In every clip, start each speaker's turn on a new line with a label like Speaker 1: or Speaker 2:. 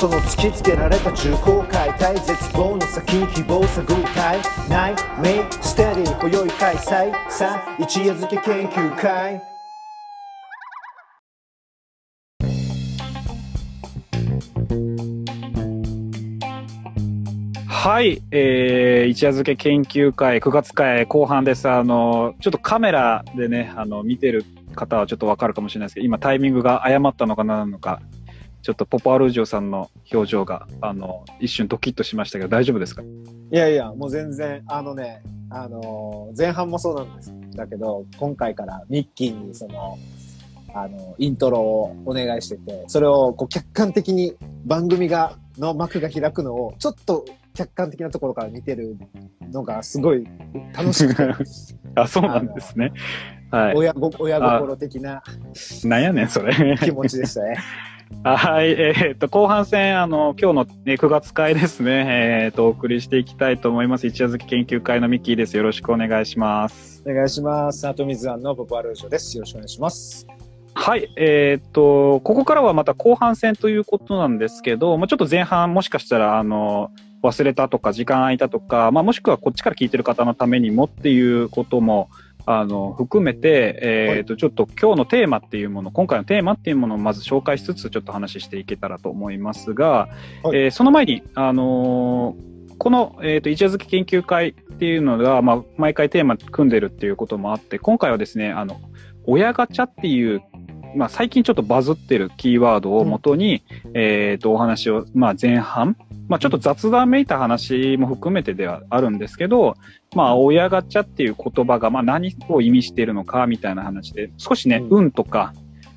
Speaker 1: その突きつけられた重厚解体絶望の先に希望探るたいないメイステディ今宵開催さあ一夜漬け研究会
Speaker 2: はい、一夜漬け研究会9月会後半です。ちょっとカメラでね、見てる方はちょっとわかるかもしれないですけど、今タイミングが誤ったのかなのか、ちょっとポポアルージョさんの表情が、一瞬ドキッとしましたけど、大丈夫ですか？
Speaker 3: いやいや、もう全然、前半もそうなんですだけど、今回からミッキーにイントロをお願いしてて、それをこう客観的に番組の幕が開くのを、ちょっと客観的なところから見てるのがすごい楽しくて。
Speaker 2: あ、そうなんですね。はい。
Speaker 3: 親心的な。
Speaker 2: なんやねん、それ。
Speaker 3: 気持ちでしたね。
Speaker 2: はい。後半戦、今日の、9月会ですね、お送りしていきたいと思います。一夜漬け研究会のミッキーです。よろしくお願いします。
Speaker 3: お願いします。里水庵のポポアルージョです。よろしくお願いします。
Speaker 2: はい。ここからはまた後半戦ということなんですけど、ちょっと前半もしかしたら、忘れたとか時間空いたとか、もしくはこっちから聞いてる方のためにもっていうことも、含めて、ちょっと今日のテーマっていうもの、今回のテーマっていうものをまず紹介しつつ、ちょっと話していけたらと思いますが、はい、その前に、この、一夜漬け研究会っていうのが、毎回テーマ組んでるっていうこともあって、今回はですね、親ガチャっていう、最近ちょっとバズってるキーワードをもとに、お話を、前半、ちょっと雑談めいた話も含めてではあるんですけど、親ガチャっていう言葉が、何を意味しているのかみたいな話で、少しね、運とか、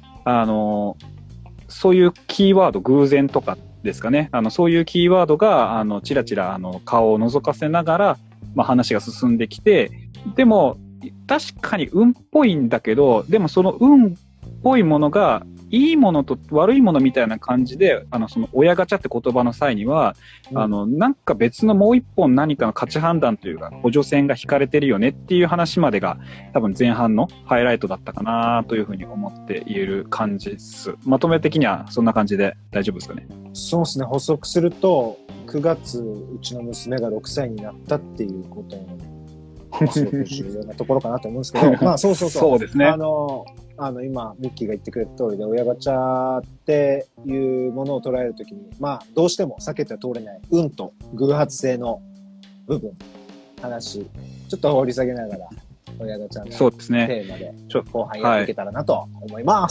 Speaker 2: そういうキーワード、偶然とかですかね、そういうキーワードが、ちらちら、顔を覗かせながら、話が進んできて、でも、確かに運っぽいんだけど、でもその運っぽいものが、いいものと悪いものみたいな感じで、その親ガチャって言葉の際には、なんか別のもう一本何かの価値判断というか、補助線が引かれてるよねっていう話までが、多分前半のハイライトだったかなというふうに思って言える感じです。まとめ的にはそんな感じで大丈夫ですかね？
Speaker 3: そうですね。補足すると、9月、うちの娘が6歳になったっていうことも、すごく重要なところかなと思うんですけど、そう。
Speaker 2: そうですね。
Speaker 3: 今、ミッキーが言ってくれた通りで、親ガチャっていうものを捉えるときに、どうしても避けては通れない運と偶発性の部分、話、ちょっと掘り下げながら、親ガチャの
Speaker 2: そうですね。
Speaker 3: テーマで、後半やっていけたらなと思います。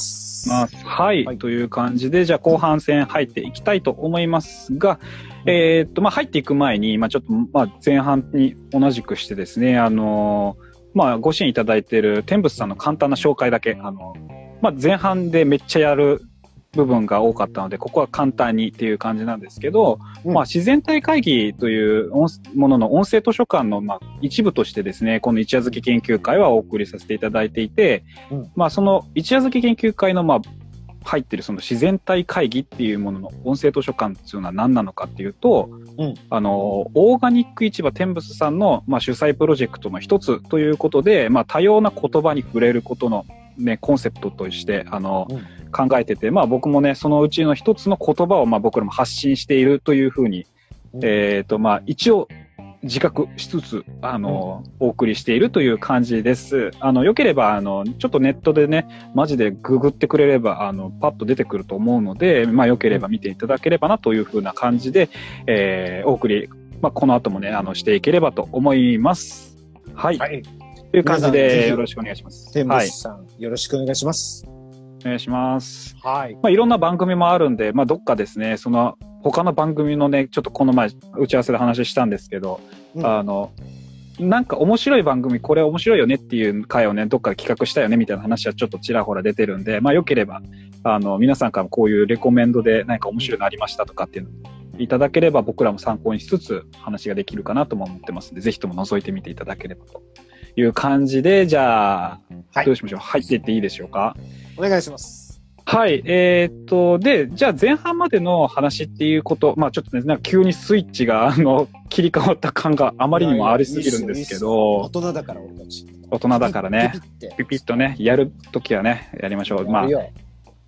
Speaker 2: はい。という感じで、じゃあ後半戦入っていきたいと思いますが、入っていく前に、ちょっと、前半に同じくしてですね、ご支援いただいている天仏さんの簡単な紹介だけ、前半でめっちゃやる部分が多かったので、ここは簡単にっていう感じなんですけど、自然体会議というものの音声図書館の一部としてですね、この一夜漬け研究会はお送りさせていただいていて、その一夜漬け研究会の入ってるその自然体会議っていうものの音声図書館っていうのは何なのかっていうと、オーガニック市場天仏さんの、主催プロジェクトの一つということで、多様な言葉に触れることのね、コンセプトとして、考えてて、僕もね、そのうちの一つの言葉を僕らも発信しているというふうに、一応自覚しつつ、お送りしているという感じです。よければ、ちょっとネットでね、マジでググってくれれば、パッと出てくると思うので、よければ見ていただければなというふうな感じで、お送り、この後もね、していければと思います。はい。という感じで、よろしくお願いします。
Speaker 3: 天仏さん、よろしくお願いします。
Speaker 2: お願いします。
Speaker 3: はい。
Speaker 2: いろんな番組もあるんで、どっかですね、他の番組のね、ちょっとこの前、打ち合わせで話したんですけど、なんか面白い番組、これ面白いよねっていう回をね、どっかで企画したよねみたいな話はちょっとちらほら出てるんで、よければ、皆さんからもこういうレコメンドで何か面白いのありましたとかっていうのをいただければ僕らも参考にしつつ話ができるかなとも思ってますので、ぜひとも覗いてみていただければという感じで、じゃあ、どうしましょう。入っていっていいでしょうか。
Speaker 3: お願いします。
Speaker 2: はい。で、じゃあ前半までの話っていうこと、ちょっとね、なんか急にスイッチが、切り替わった感があまりにもありすぎるんですけど。
Speaker 3: 大人だから、俺たち。
Speaker 2: 大人だからね。ピピッとね、やるときはね、やりましょう。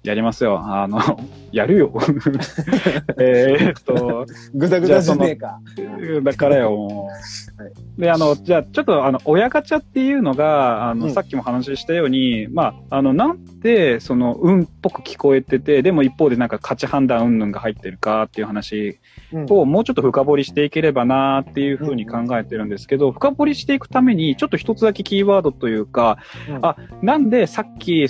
Speaker 2: やりますよ。やるよ。
Speaker 3: ぐだぐだじゃねえか。
Speaker 2: だからよ、もう。はい、で、じゃあ、ちょっと、親ガチャっていうのが、さっきも話したように、まあ、なんで、運っぽく聞こえてて、でも一方でなんか価値判断云々が入ってるかっていう話をもうちょっと深掘りしていければなっていうふうに考えてるんですけど、深掘りしていくために、ちょっと一つだけキーワードというか、なんでさっき、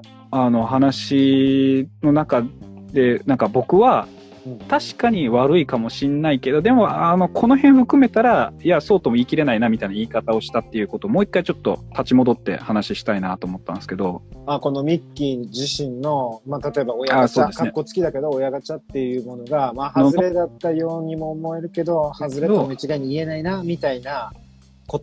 Speaker 2: 話の中で、なんか僕は、確かに悪いかもしんないけど、でも、この辺含めたら、いや、そうとも言い切れないな、みたいな言い方をしたっていうことを、もう一回ちょっと立ち戻って話したいなと思ったんですけど。
Speaker 3: このミッキー自身の、まあ、例えば親ガチャ、かっこつきだけど、親ガチャっていうものが、まあ、外れだったようにも思えるけど、外れとも一概に言えないな、みたいなこと。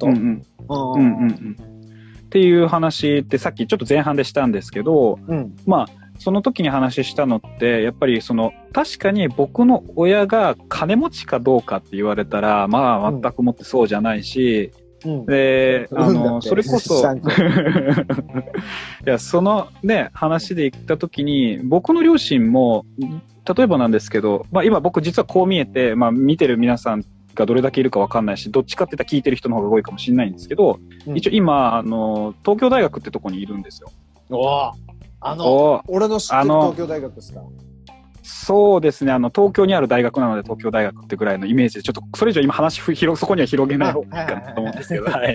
Speaker 2: っていう話ってさっきちょっと前半でしたんですけど、まあ、その時に話したのって、やっぱり確かに僕の親が金持ちかどうかって言われたら、まあ全くもってそうじゃないし、で、それこそ、いや、そのね、話で言った時に、僕の両親も、例えばなんですけど、まあ今僕実はこう見えて、まあ見てる皆さんがどれだけいるかわかんないし、どっちかって言ったら聞いてる人の方が多いかもしれないんですけど、一応今、東京大学ってとこにいるんですよ。
Speaker 3: 俺の知ってる東京大学ですか？
Speaker 2: そうですね。東京にある大学なので東京大学ってぐらいのイメージで、ちょっとそれ以上今話そこには広げない方がいいかなと思うんですけど。はい。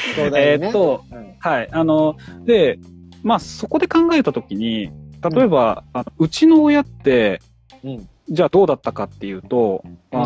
Speaker 2: はい。で、まあそこで考えたときに、例えば、うちの親って、じゃあどうだったかっていうと、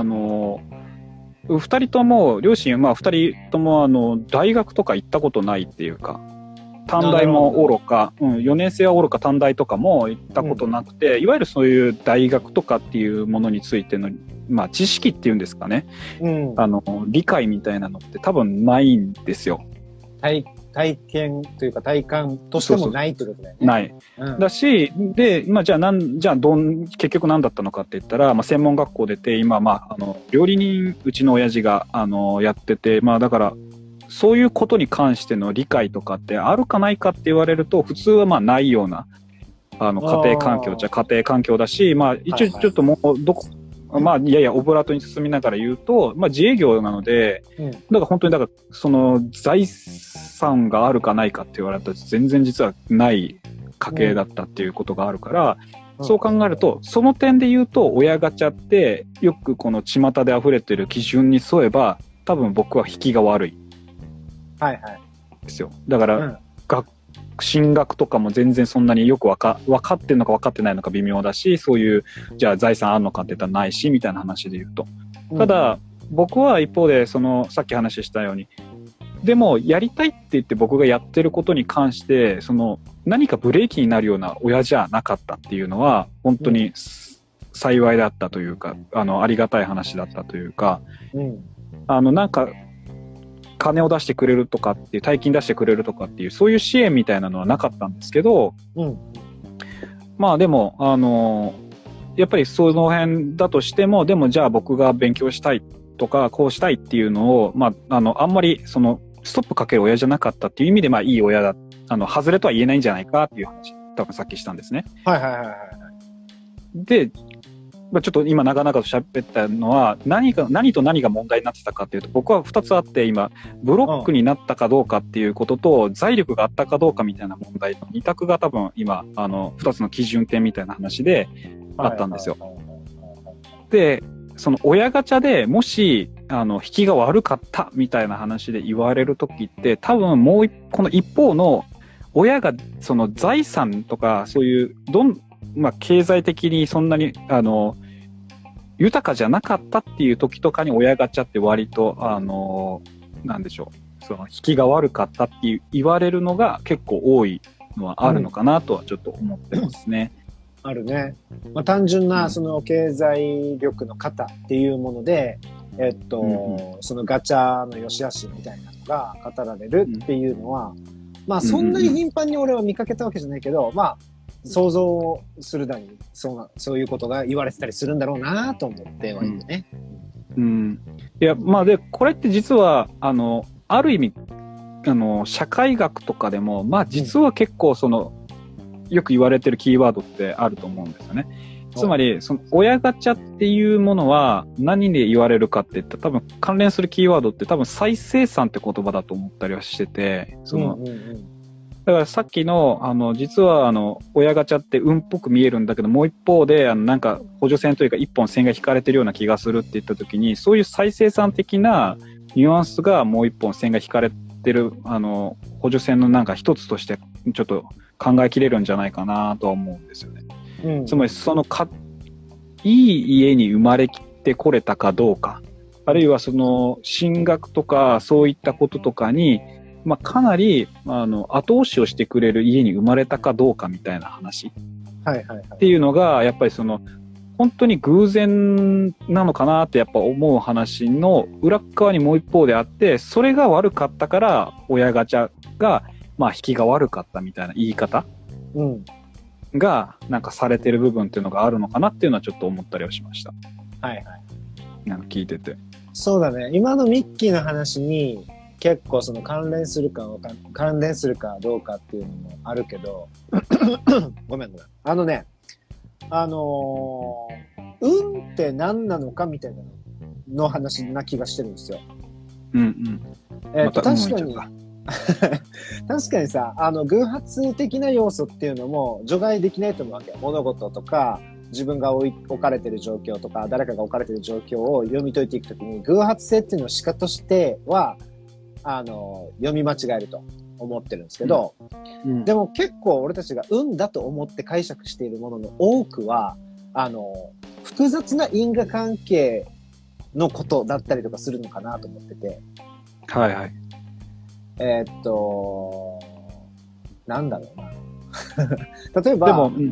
Speaker 2: 二人とも、両親、まあ二人とも大学とか行ったことないっていうか、短大も愚か、4年生は愚か短大とかも行ったことなくて、いわゆるそういう大学とかっていうものについての、まあ知識っていうんですかね、理解みたいなのって多分ないんですよ。
Speaker 3: 体験というか体感としてもないってことだよね。
Speaker 2: ない。だし、で、まあじゃあ結局何だったのかって言ったら、まあ専門学校出て、今まあ料理人、うちの親父がやってて、まあだから、そういうことに関しての理解とかってあるかないかって言われると、普通はまあないような、家庭環境じゃ家庭環境だし、まあ一応ちょっともうまあいやいやオブラートに進みながら言うと、まあ自営業なので、だから本当に財産があるかないかって言われたら全然実はない家系だったっていうことがあるから、そう考えると、その点で言うと親ガチャってよくこの巷で溢れてる基準に沿えば、多分僕は引きが悪い。ですよ。だから、進学とかも全然そんなによく分かってんのか分かってないのか微妙だし、そういう、じゃあ財産あんのかって言ったらないし、みたいな話で言うと。ただ、僕は一方で、さっき話したように、でも、やりたいって言って僕がやってることに関して、何かブレーキになるような親じゃなかったっていうのは、本当に幸いだったというか、ありがたい話だったというか、なんか、金を出してくれるとかっていう、大金出してくれるとかっていう、そういう支援みたいなのはなかったんですけど、まあでも、やっぱりその辺だとしても、でもじゃあ僕が勉強したいとか、こうしたいっていうのを、まあ、あんまりストップかける親じゃなかったっていう意味で、まあいい親だ、外れとは言えないんじゃないかっていう話、多分さっきしたんですね。で、ちょっと今長々と喋ったのは、何と何が問題になってたかっていうと、僕は2つあって、今、ブロックになったかどうかっていうことと、財力があったかどうかみたいな問題の2択が多分今、2つの基準点みたいな話であったんですよ。で、その親ガチャでもし、引きが悪かったみたいな話で言われるときって、多分この一方の親がその財産とか、そういう、まあ、経済的にそんなに、豊かじゃなかったっていう時とかに親ガチャって割と、なんでしょう、引きが悪かったって言われるのが結構多いのはあるのかなとはちょっと思ってますね。
Speaker 3: あるね。まあ、単純なその経済力の方っていうもので、そのガチャの良し悪しみたいなのが語られるっていうのは、まあそんなに頻繁に俺は見かけたわけじゃないけど、まあ想像するだにそういうことが言われてたりするんだろうなと思ってはいるね。
Speaker 2: いや、まあで、これって実は、ある意味、社会学とかでも、まあ実は結構よく言われてるキーワードってあると思うんですよね。つまり、その親ガチャっていうものは何で言われるかって言ったら多分関連するキーワードって多分再生産って言葉だと思ったりはしてて、だからさっきの、実は親ガチャって運っぽく見えるんだけど、もう一方で、なんか補助線というか一本線が引かれてるような気がするって言った時に、そういう再生産的なニュアンスがもう一本線が引かれてる、補助線のなんか一つとしてちょっと考えきれるんじゃないかなとは思うんですよね。つまりいい家に生まれきってこれたかどうか、あるいは進学とかそういったこととかに、かなり後押しをしてくれる家に生まれたかどうかみたいな話っていうのがやっぱり本当に偶然なのかなってやっぱ思う話の裏側にもう一方であって、それが悪かったから親ガチャが引きが悪かったみたいな言い方がなんかされてる部分っていうのがあるのかなっていうのはちょっと思ったりはしました。なんか聞いてて。
Speaker 3: そうだね。今のミッキーの話に結構関連するかどうかっていうのもあるけど、ごめん。運って何なのかみたいなの話な気がしてるんですよ。確かに。確かにさ、偶発的な要素っていうのも除外できないと思うわけ。物事とか、自分が置かれてる状況とか、誰かが置かれてる状況を読み解いていくときに、偶発性っていうのを仕方としては、読み間違えると思ってるんですけど、でも結構俺たちが運だと思って解釈しているものの多くは、複雑な因果関係のことだったりとかするのかなと思ってて。なんだろうな。例えば、でも、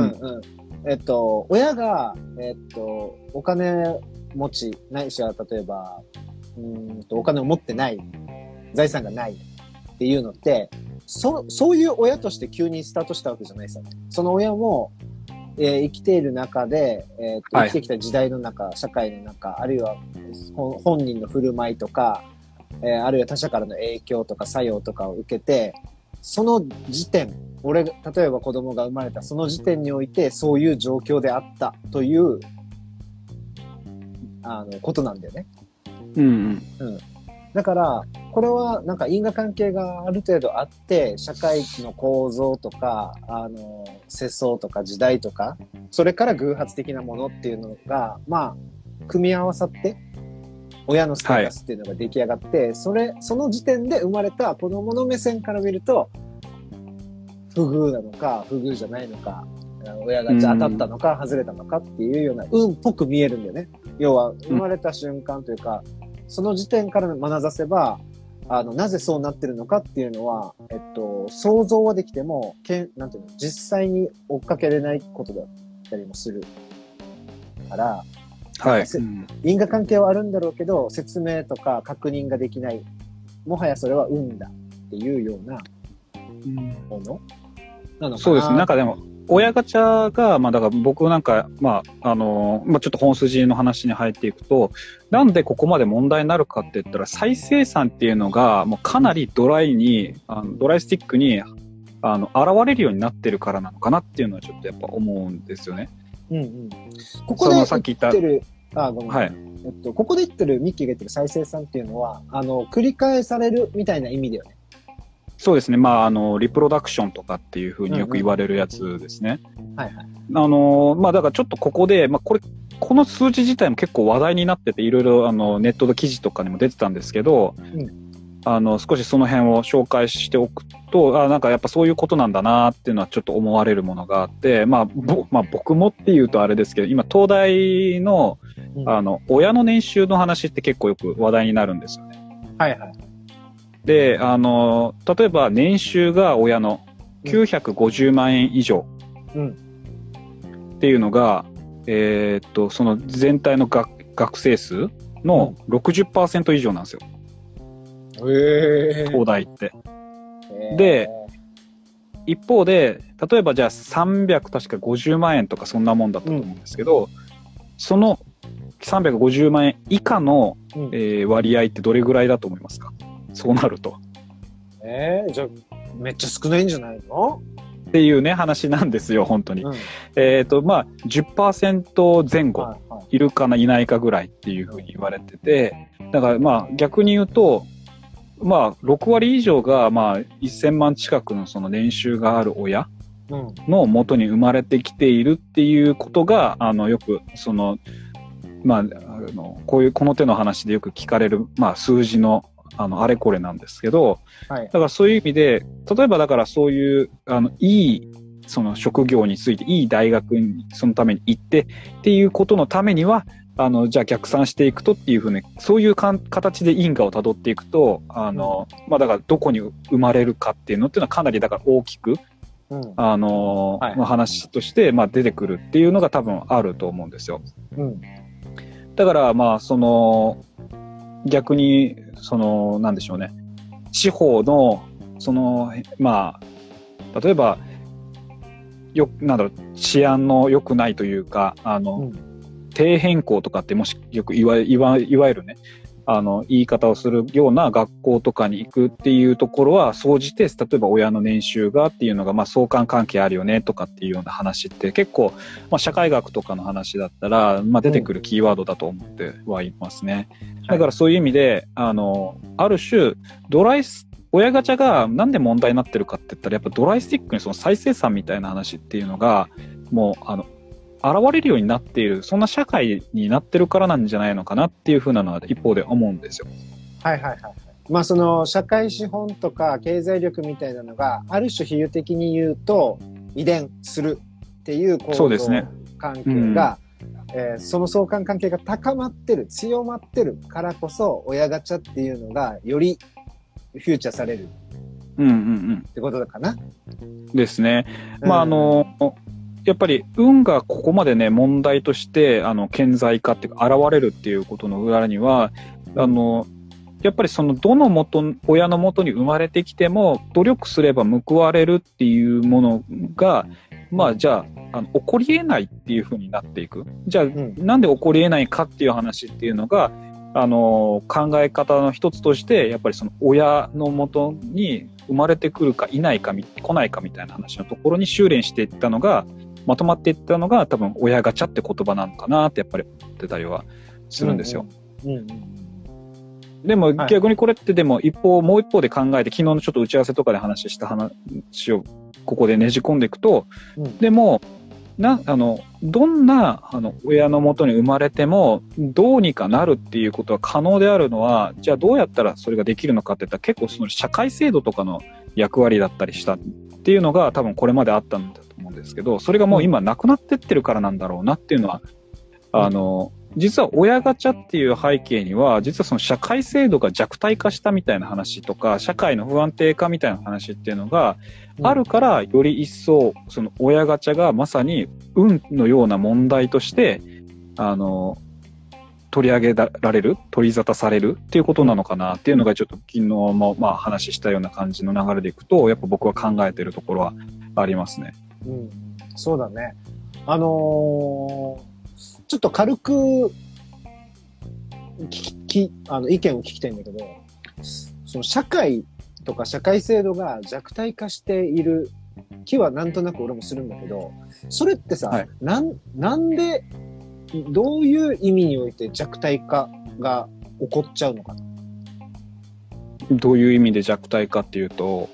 Speaker 3: 親が、お金持ち、ないしは、例えば、お金を持ってない、財産がないっていうのって、そういう親として急にスタートしたわけじゃないですよね。その親も、生きている中で、生きてきた時代の中、社会の中、あるいは本人の振る舞いとか、あるいは他者からの影響とか作用とかを受けて、その時点、例えば子供が生まれたその時点においてそういう状況であったという、ことなんだよね。だから、これはなんか因果関係がある程度あって、社会の構造とか、世相とか時代とか、それから偶発的なものっていうのが、組み合わさって、親のステータスっていうのが出来上がって、その時点で生まれた子供の目線から見ると、不遇なのか、不遇じゃないのか、親が当たったのか、外れたのかっていうような運っぽく見えるんだよね。要は、生まれた瞬間というか、その時点から学ざせば、なぜそうなってるのかっていうのは、想像はできても、なんていうの、実際に追っかけれないことだったりもするから、因果関係はあるんだろうけど、説明とか確認ができない。もはやそれは運だっていうようなものなのかな。
Speaker 2: そうですね。なんかでも、親ガチャが、だから僕なんか、ちょっと本筋の話に入っていくと、なんでここまで問題になるかって言ったら、再生産っていうのが、もうかなりドライスティックに、現れるようになってるからなのかなっていうのはちょっとやっぱ思うんですよね。
Speaker 3: ここで言ってる、ここで言ってる、ミッキーが言ってる再生産っていうのは、繰り返されるみたいな意味だよね。
Speaker 2: そうですね。リプロダクションとかっていうふうによく言われるやつですね。だからちょっとここで、この数字自体も結構話題になってて、いろいろネットの記事とかにも出てたんですけど、少しその辺を紹介しておくと、なんかやっぱそういうことなんだなっていうのはちょっと思われるものがあって、僕もっていうとあれですけど、今東大の、親の年収の話って結構よく話題になるんですよね。で、例えば年収が親の950万円以上っていうのが、その全体の学生数の 60% 以上なんですよ。東大って。で、一方で、例えばじゃあ350万円とかそんなもんだったと思うんですけど、その350万円以下の、割合ってどれぐらいだと思いますか？そうなると。
Speaker 3: じゃあめっちゃ少ないんじゃないの？
Speaker 2: っていうね、話なんですよ、本当に。
Speaker 3: うん。
Speaker 2: まあ、10% 前後
Speaker 3: はいはい。
Speaker 2: いるかないないかぐらいっていうふうに言われてて、だからまあ、逆に言うと、まあ、6割以上が、まあ、1000万近くのその年収がある親
Speaker 3: うん。
Speaker 2: の元に生まれてきているっていうことが、よく、まあ、この手の話でよく聞かれる、まあ、数字の、あれこれなんですけど、
Speaker 3: はい。
Speaker 2: だからそういう意味で、例えばだからそういう、いい、その職業について、いい大学にそのために行ってっていうことのためには、じゃあ逆算していくとっていうふうに、そういう形で因果をたどっていくと、まあだからどこに生まれるかっていうのっていうのはかなりだから大きく、
Speaker 3: うん。
Speaker 2: まあ話として、まあ出てくるっていうのが多分あると思うんですよ。
Speaker 3: うん。
Speaker 2: だからまあ逆に、なんでしょうね。地方の、まあ、例えば、なんだろう、治安の良くないというか、底辺校とかってもしよくいわゆるね、言い方をするような学校とかに行くっていうところは、総じて、例えば親の年収がっていうのが、まあ相関関係あるよねとかっていうような話って結構、まあ社会学とかの話だったら、まあ出てくるキーワードだと思ってはいますね。だからそういう意味で、ある種、親ガチャがなんで問題になってるかって言ったら、やっぱドライスティックにその再生産みたいな話っていうのが、もう、現れるようになっている、そんな社会になってるからなんじゃないのかなっていうふうなのは一方で思うんですよ。
Speaker 3: はいはいはい。まあその社会資本とか経済力みたいなのがある種比喩的に言うと遺伝するっていう構造
Speaker 2: そうですね。
Speaker 3: 関係が、その相関関係が高まってる、強まってるからこそ親ガチャっていうのがよりフューチャーされるってことだかな。
Speaker 2: ですね。まあやっぱり運がここまでね、問題として、顕在化っていうか、現れるっていうことの裏には、やっぱり親の元に生まれてきても、努力すれば報われるっていうものが、まあ、じゃあ、起こり得ないっていうふうになっていく。じゃあ、なんで起こり得ないかっていう話っていうのが、考え方の一つとして、やっぱりその親の元に生まれてくるかいないか来ないかみたいな話のところに修練していったのが、まとまっていったのが多分親ガチャって言葉なのかなってやっぱり思ってたりはするんですよ。でも逆にこれってでももう一方で考えて、昨日のちょっと打ち合わせとかで話した話をここでねじ込んでいくと、でもどんな親の元に生まれてもどうにかなるっていうことは可能であるのは、じゃあどうやったらそれができるのかっていったら、結構その社会制度とかの役割だったりしたっていうのが多分これまであったんだと思うんですけど、それがもう今なくなってってるからなんだろうなっていうのは、実は親ガチャっていう背景には、実はその社会制度が弱体化したみたいな話とか、社会の不安定化みたいな話っていうのがあるから、より一層その親ガチャがまさに運のような問題として取り上げられる、取り沙汰されるっていうことなのかなっていうのが、ちょっと昨日もまあ話したような感じの流れでいくと、やっぱ僕は考えてるところはありますね。
Speaker 3: そうだね。ちょっと軽く意見を聞きたいんだけど、その社会とか社会制度が弱体化している気はなんとなく俺もするんだけど、それってさ、なんで、どういう意味において弱体化が起こっちゃうのかな。
Speaker 2: どういう意味で弱体化っていうと、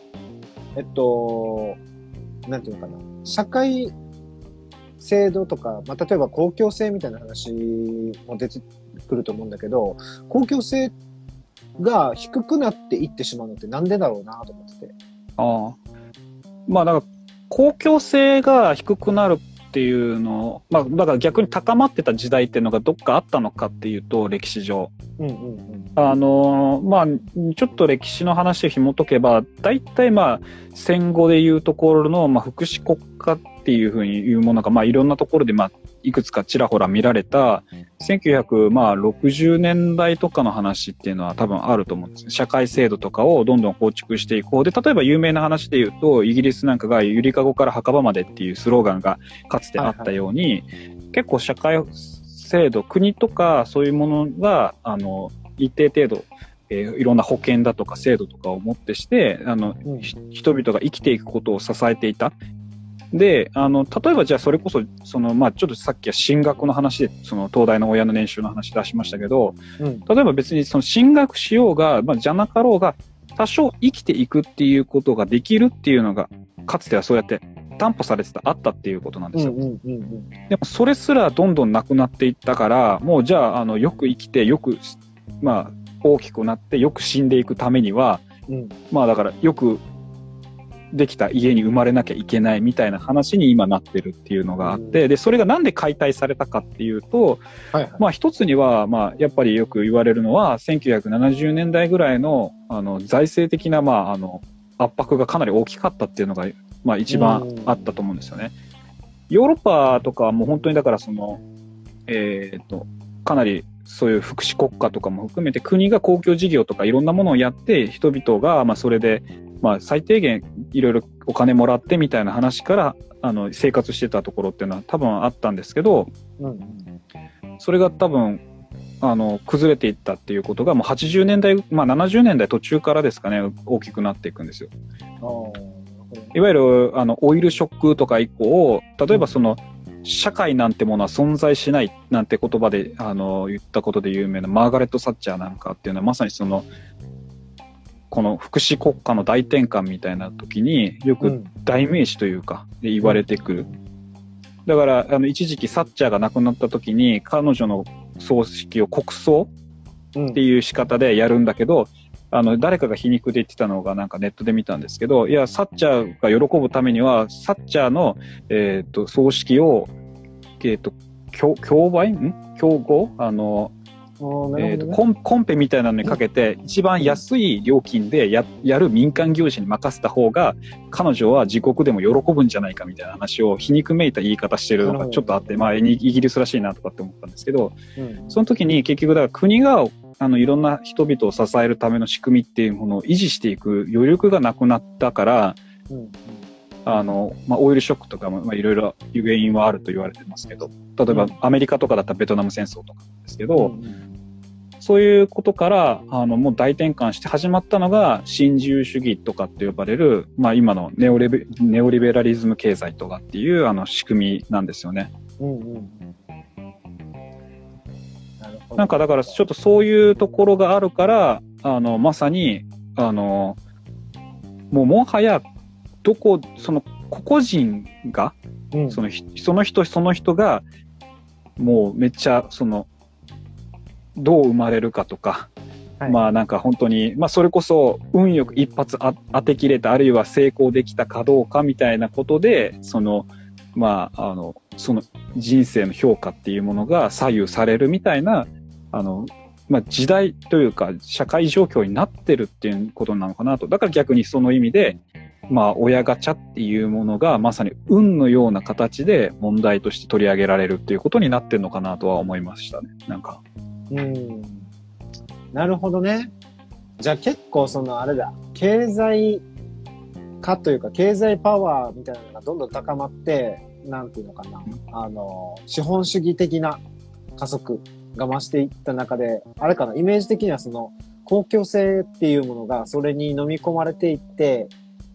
Speaker 3: なんていうのかな、社会制度とか、まあ、例えば公共性みたいな話も出てくると思うんだけど、公共性が低くなっていってしまうのってなんでだろうなと思ってて。
Speaker 2: まあだから公共性が低くなるっていうの、まあだから逆に高まってた時代っていうのがどっかあったのかっていうと、歴史上。まあちょっと歴史の話を紐解けば、大体まあ戦後でいうところのまあ福祉国家っていうふうに言うものが、まあいろんなところでまあいくつかちらほら見られた1960年代とかの話っていうのは多分あると思うんですね。社会制度とかをどんどん構築していこう。で、例えば有名な話で言うと、イギリスなんかがゆりかごから墓場までっていうスローガンがかつてあったように、結構社会制度、国とかそういうものが、一定程度、いろんな保険だとか制度とかをもってして、人々が生きていくことを支えていた。 で、例えばじゃあそれこそ、まあちょっとさっきは進学の話で、東大の親の年収の話出しましたけど、
Speaker 3: うん。
Speaker 2: 例えば別に進学しようが、まあじゃなかろうが、多少生きていくっていうことができるっていうのが、かつてはそうやって担保されてあったっていうことなんですよ。でもそれすらどんどんなくなっていったから、もうじゃあ、よく生きて、よく、まあ大きくなって、よく死んでいくためには、まあだからよくできた家に生まれなきゃいけないみたいな話に今なってるっていうのがあって、で、それがなんで解体されたかっていうと、まあ一つには、まあやっぱりよく言われるのは、1970年代ぐらいの、財政的な、まあ、圧迫がかなり大きかったっていうのが、まあ一番あったと思うんですよね。ヨーロッパとかはもう本当にだからかなりそういう福祉国家とかも含めて国が公共事業とかいろんなものをやって人々がまあそれでまあ最低限いろいろお金もらってみたいな話から生活してたところっていうのは多分あったんですけど、それが多分崩れていったっていうことがもう80年代、まあ70年代途中からですかね、大きくなっていくんですよ。いわゆるオイルショックとか以降、例えば社会なんてものは存在しないなんて言葉で言ったことで有名なマーガレット・サッチャーなんかっていうのはまさにこの福祉国家の大転換みたいな時によく代名詞というかで言われてくる。だから一時期サッチャーが亡くなった時に彼女の葬式を国葬っていう仕方でやるんだけど、誰かが皮肉で言ってたのがなんかネットで見たんですけど、いや、サッチャーが喜ぶためには、サッチャーの、葬式を、競合コンペみたいなのにかけて、一番安い料金でやる民間業者に任せた方が、彼女は自国でも喜ぶんじゃないかみたいな話を皮肉めいた言い方してるのがちょっとあって、まあ、イギリスらしいなとかって思ったんですけど、その時に結局だから国がいろんな人々を支えるための仕組みっていうものを維持していく余力がなくなったから、まあ、オイルショックとかも、まあ、いろいろ原因はあると言われてますけど、例えばアメリカとかだったらベトナム戦争とかですけど、そういうことから、もう大転換して始まったのが、新自由主義とかって呼ばれる、まあ今のネオリベラリズム経済とかっていう仕組みなんですよね。なんかだからちょっとそういうところがあるから、まさに、もうはや、個々人が、その人が、もうめっちゃ、どう生まれるかとか、まあなんか本当に、まあそれこそ運よく一発当てきれた、あるいは成功できたかどうかみたいなことで、まあその人生の評価っていうものが左右されるみたいな、まあ時代というか社会状況になってるっていうことなのかなと。だから逆にその意味で、まあ親ガチャっていうものがまさに運のような形で問題として取り上げられるっていうことになってるのかなとは思いましたね。なんか。
Speaker 3: なるほどね。じゃあ結構あれだ、経済化というか経済パワーみたいなのがどんどん高まって、なんていうのかな、資本主義的な加速が増していった中で、あれかな、イメージ的には公共性っていうものがそれに飲み込まれていって、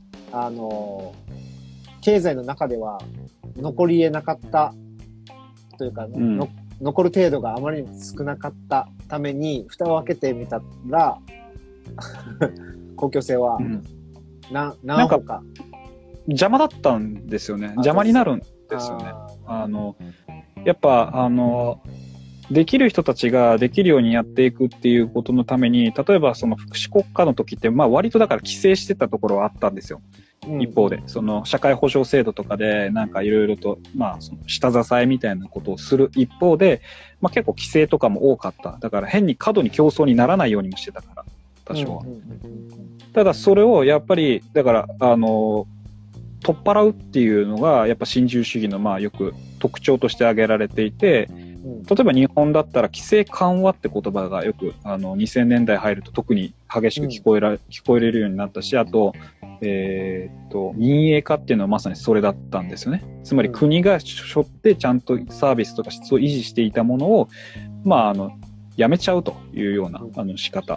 Speaker 3: 経済の中では残り得なかったというか、残る程度があまりにも少なかったために、蓋を開けてみたら、公共性は何歩か
Speaker 2: 邪魔だったんですよね。邪魔になるんですよね。やっぱ、できる人たちができるようにやっていくっていうことのために、例えば福祉国家の時って、まあ割とだから規制してたところはあったんですよ。一方で、社会保障制度とかで、なんかいろいろと、まあ、下支えみたいなことをする一方で、まあ結構規制とかも多かった。だから変に過度に競争にならないようにもしてたから、多少は。ただそれをやっぱり、だから、取っ払うっていうのが、やっぱ新自由主義の、まあよく特徴として挙げられていて、例えば日本だったら規制緩和って言葉がよく2000年代入ると特に激しく聞こえれるようになったし、あと、民営化っていうのはまさにそれだったんですよね。つまり国が背負ってちゃんとサービスとか質を維持していたものを、まあやめちゃうというような仕方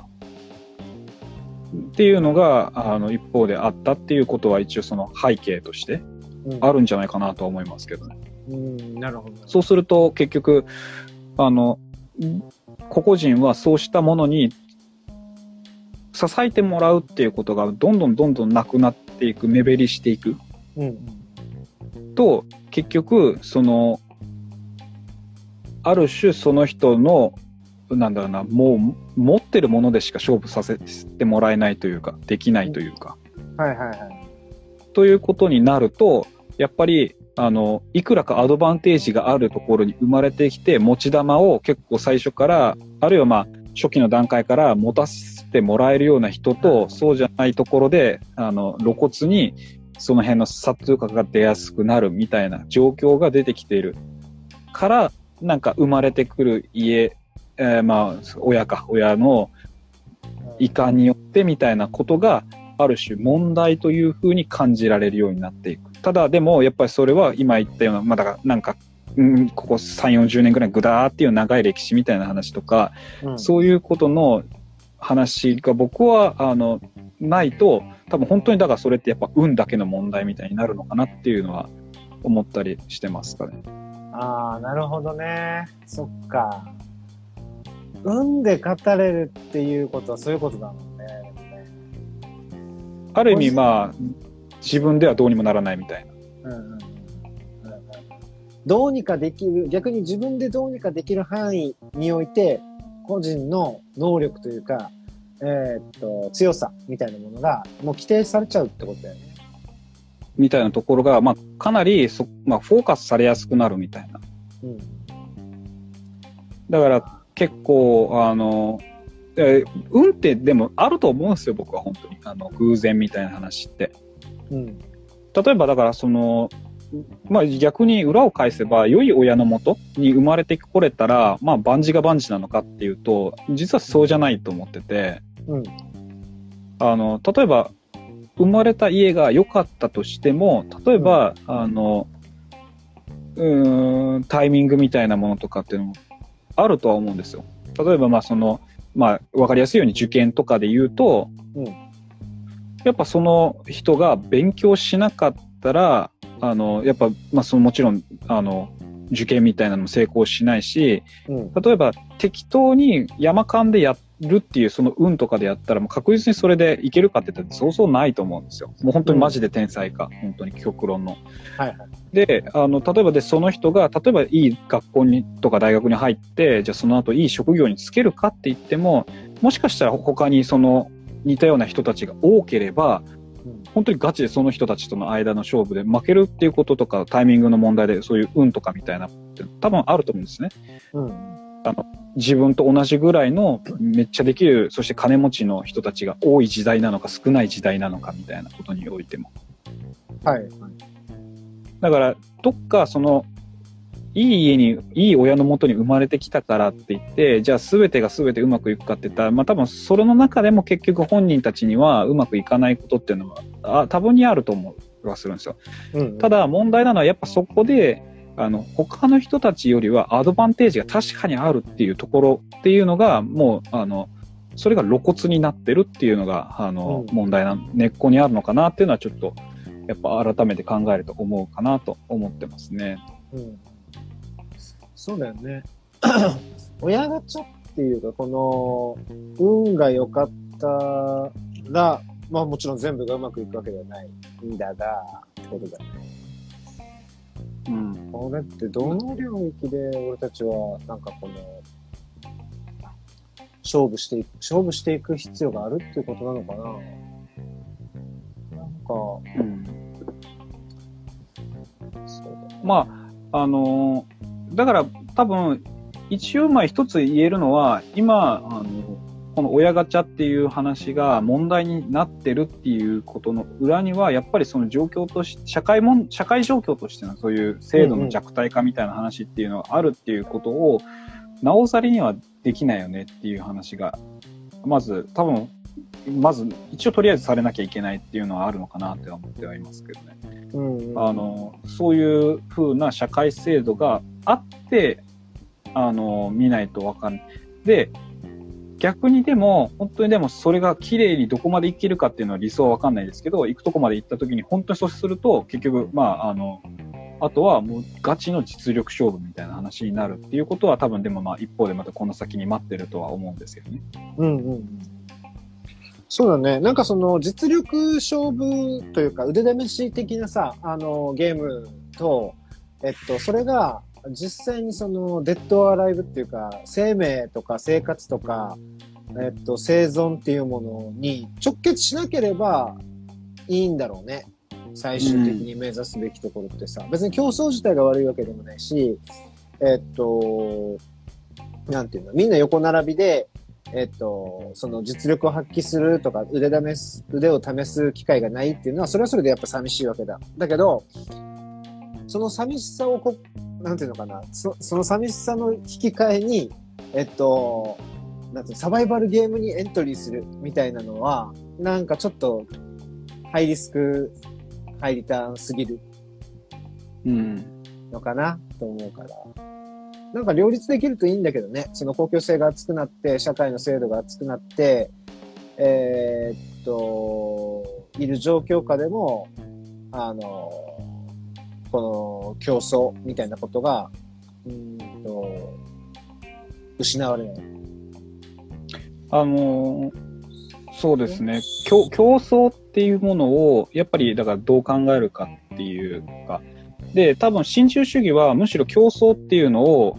Speaker 2: っていうのが一方であったっていうことは一応背景としてあるんじゃないかなとは思いますけどね。
Speaker 3: なるほど。
Speaker 2: そうすると結局、個々人はそうしたものに支えてもらうっていうことがどんどんなくなっていく、目減りしていく。と、結局、ある種その人の、なんだろうな、もう持ってるものでしか勝負させてもらえないというか、できないというか。ということになると、やっぱり、いくらかアドバンテージがあるところに生まれてきて、持ち玉を結構最初から、あるいはまあ、初期の段階から持たせてもらえるような人と、そうじゃないところで、露骨に、その辺の差というかが出やすくなるみたいな状況が出てきているから、なんか生まれてくる家、まあ、親の遺憾によってみたいなことが、ある種問題というふうに感じられるようになっていく。ただでも、やっぱりそれは今言ったような、まあだからなんか、ここ3、40年ぐらいグダーっていう長い歴史みたいな話とか、そういうことの話が僕は、ないと、多分本当にだからそれってやっぱ運だけの問題みたいになるのかなっていうのは思ったりしてますかね。
Speaker 3: ああ、なるほどね。そっか。運で語れるっていうことはそういうことだもんね。
Speaker 2: ある意味まあ、自分ではどうにもならないみたいな。
Speaker 3: どうにかできる、逆に自分でどうにかできる範囲において、個人の能力というか、強さみたいなものがもう規定されちゃうってことだよね。
Speaker 2: みたいなところが、まあ、かなりまあ、フォーカスされやすくなるみたいな。だから結構、運ってでもあると思うんですよ、僕は本当に。偶然みたいな話って。例えばだからまあ逆に裏を返せば、良い親のもとに生まれてこれたら、まあ万事が万事なのかっていうと、実はそうじゃないと思ってて、例えば、生まれた家が良かったとしても、例えば、タイミングみたいなものとかっていうのもあるとは思うんですよ。例えば、まあ、わかりやすいように受験とかで言うと、やっぱその人が勉強しなかったら、やっぱ、まあ、もちろん、受験みたいなのも成功しないし、例えば適当に山間でやるっていうその運とかでやったらもう確実にそれでいけるかって言ったらそうそうないと思うんですよ。もう本当にマジで天才か、本当に極論の。で、例えばその人が、例えばいい学校にとか大学に入って、じゃあその後いい職業に就けるかって言っても、もしかしたら他に似たような人たちが多ければ、本当にガチでその人たちとの間の勝負で負けるっていうこととか、タイミングの問題でそういう運とかみたいなって多分あると思うんですね。自分と同じぐらいのめっちゃできる、そして金持ちの人たちが多い時代なのか少ない時代なのかみたいなことにおいても。だからどっかいい家に、いい親の元に生まれてきたからって言って、じゃあ全てが全てうまくいくかって言ったら、まあ多分それの中でも結局本人たちにはうまくいかないことっていうのは多分にあると思うはするんですよ。ただ問題なのはやっぱそこで、他の人たちよりはアドバンテージが確かにあるっていうところっていうのが、もう、それが露骨になってるっていうのが、問題根っこにあるのかなっていうのはちょっと、やっぱ改めて考えると思うかなと思ってますね。
Speaker 3: そうだよね。親ガチャっていうか、運が良かったら、まあもちろん全部がうまくいくわけではないんだが、ってことだよね。これってどの領域で俺たちは、なんか勝負していく必要があるっていうことなのかな。そうだ。
Speaker 2: まあ、だから多分、一応まあ一つ言えるのは、今、この親ガチャっていう話が問題になってるっていうことの裏には、やっぱりその状況として、社会状況としてのそういう制度の弱体化みたいな話っていうのがあるっていうことを、なおざりにはできないよねっていう話が、まず一応とりあえずされなきゃいけないっていうのはあるのかなって思ってはいますけどね。そういう風な社会制度があって、見ないとわかんない。で、 逆にでも、本当にでもそれが綺麗にどこまでいけるかっていうのは理想はわかんないですけど、行くとこまで行った時に本当にそうすると、結局、あとはもうガチの実力勝負みたいな話になるっていうことは多分でもまあ一方でまたこの先に待ってるとは思うんですよね。
Speaker 3: うんうんうん。そうだね。なんかその実力勝負というか腕試し的なさ、ゲームと、それが実際にそのデッドアライブっていうか生命とか生活とか、生存っていうものに直結しなければいいんだろうね。最終的に目指すべきところってさ、別に競争自体が悪いわけでもないし、なんていうの、みんな横並びで、その実力を発揮するとか腕を試す機会がないっていうのは、それはそれでやっぱ寂しいわけだ。だけど、その寂しさをなんていうのかな、その寂しさの引き換えに、なんていうの、サバイバルゲームにエントリーするみたいなのは、なんかちょっと、ハイリスク、ハイリターンすぎるのかなと思うから。なんか両立できるといいんだけどね。その公共性が厚くなって、社会の制度が厚くなって、いる状況下でも、この競争みたいなことが、失われない。
Speaker 2: そうですね。競争っていうものを、やっぱり、だからどう考えるかっていうか、で、多分、新自由主義はむしろ競争っていうのを、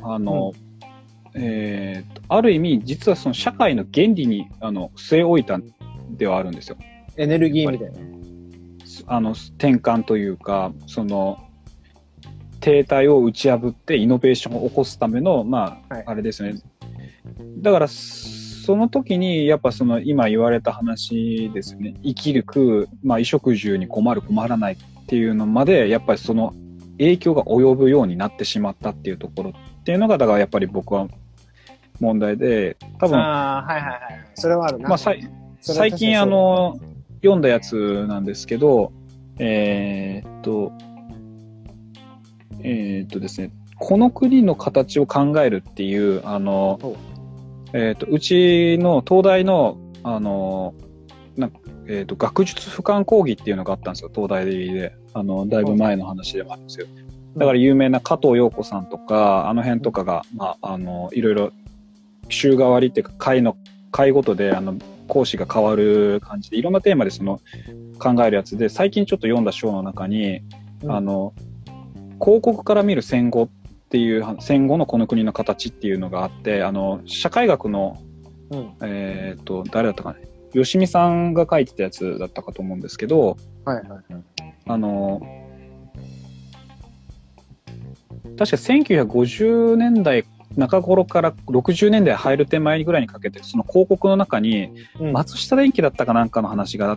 Speaker 2: ある意味、実はその社会の原理に、据え置いたではあるんですよ。
Speaker 3: エネルギーみたいな。
Speaker 2: 転換というか、その、停滞を打ち破ってイノベーションを起こすための、あれですね。だから、その時に、やっぱその今言われた話ですよね。生きる、食う、衣食住に困る、困らないっていうのまで、やっぱりその影響が及ぶようになってしまったっていうところっていうのが、だからやっぱり僕は問題で、多分、
Speaker 3: それはあるな。
Speaker 2: 最近読んだやつなんですけど、ですね、この国の形を考えるっていう、うちの東大の、学術俯瞰講義っていうのがあったんですよ、東大で。だいぶ前の話でもあるんですよ。だから有名な加藤陽子さんとか、あの辺とかが、いろいろ、週替わりっていうか、回ごとで、講師が変わる感じで、いろんなテーマで考えるやつで、最近ちょっと読んだ章の中に、広告から見る戦後っていう、戦後のこの国の形っていうのがあって、社会学の、誰だったかね、吉見さんが書いてたやつだったかと思うんですけど、確か1950年代中頃から60年代入る手前ぐらいにかけて、その広告の中に、松下電器だったかなんかの話があって、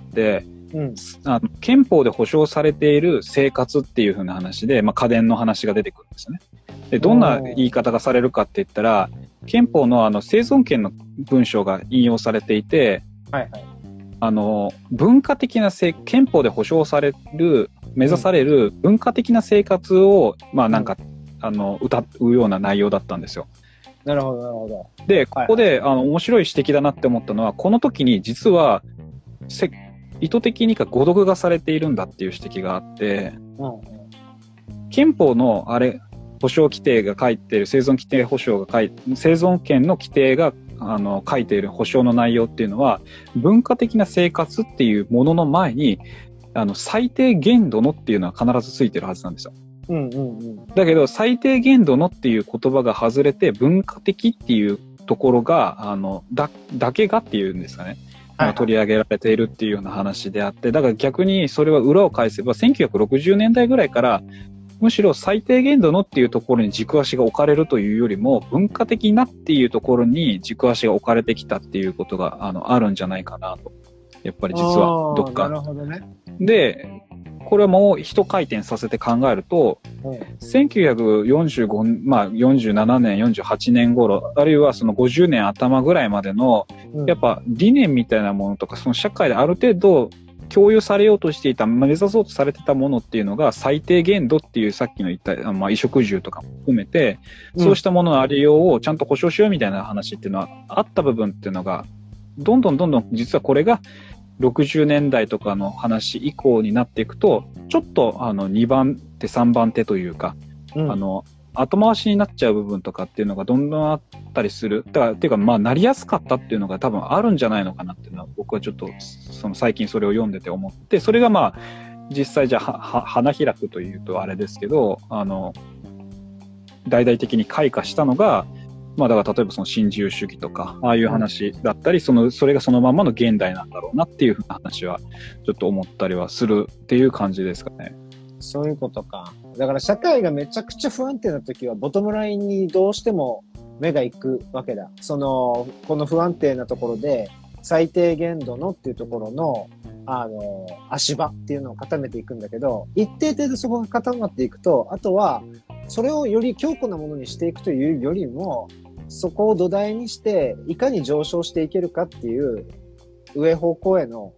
Speaker 2: 憲法で保障されている生活っていう風な話で、家電の話が出てくるんですよね。で、どんな言い方がされるかって言ったら、憲法の生存権の文章が引用されていて、文化的な憲法で保障される、目指される文化的な生活を、歌うような内容だったんですよ。
Speaker 3: なるほど、なるほど。
Speaker 2: で、ここで、面白い指摘だなって思ったのは、この時に実は、意図的にか誤読がされているんだっていう指摘があって、憲法の保障規定が書いている生存規定保障が生存権の規定が書いている保障の内容っていうのは、文化的な生活っていうものの前に、最低限度のっていうのは必ずついてるはずなんですよ。だけど、最低限度のっていう言葉が外れて、文化的っていうところが、だけがっていうんですかね。取り上げられているっていうような話であって、だから逆にそれは裏を返せば、1960年代ぐらいから、むしろ最低限度のっていうところに軸足が置かれるというよりも、文化的なっていうところに軸足が置かれてきたっていうことが、あるんじゃないかなと。やっぱり実は、どっか。
Speaker 3: なるほどね。
Speaker 2: で、これはもう一回転させて考えると、1947年、48年頃、あるいはその50年頭ぐらいまでの、やっぱ理念みたいなものとか、その社会である程度、 共有されようとしていた、目指そうとされてたものっていうのが最低限度っていうさっきの言った、衣食住とかも含めて、そうしたもののありようをちゃんと保障しようみたいな話っていうのはあった部分っていうのが、どんどん実はこれが60年代とかの話以降になっていくと、ちょっと2番手3番手というか、後回しになっちゃう部分とかっていうのがどんどんあったりする。だから、っていうか、なりやすかったっていうのが多分あるんじゃないのかなっていうのは、僕はちょっと、最近それを読んでて思って、それが実際じゃあ、花開くというとあれですけど、大々的に開花したのが、だから例えばその新自由主義とか、ああいう話だったり、それがそのままの現代なんだろうなっていうふうな話は、ちょっと思ったりはするっていう感じですかね。
Speaker 3: そういうことか。だから社会がめちゃくちゃ不安定な時はボトムラインにどうしても目が行くわけだ。この不安定なところで最低限度のっていうところの、足場っていうのを固めていくんだけど、一定程度そこが固まっていくと、あとはそれをより強固なものにしていくというよりも、そこを土台にしていかに上昇していけるかっていう上方向への、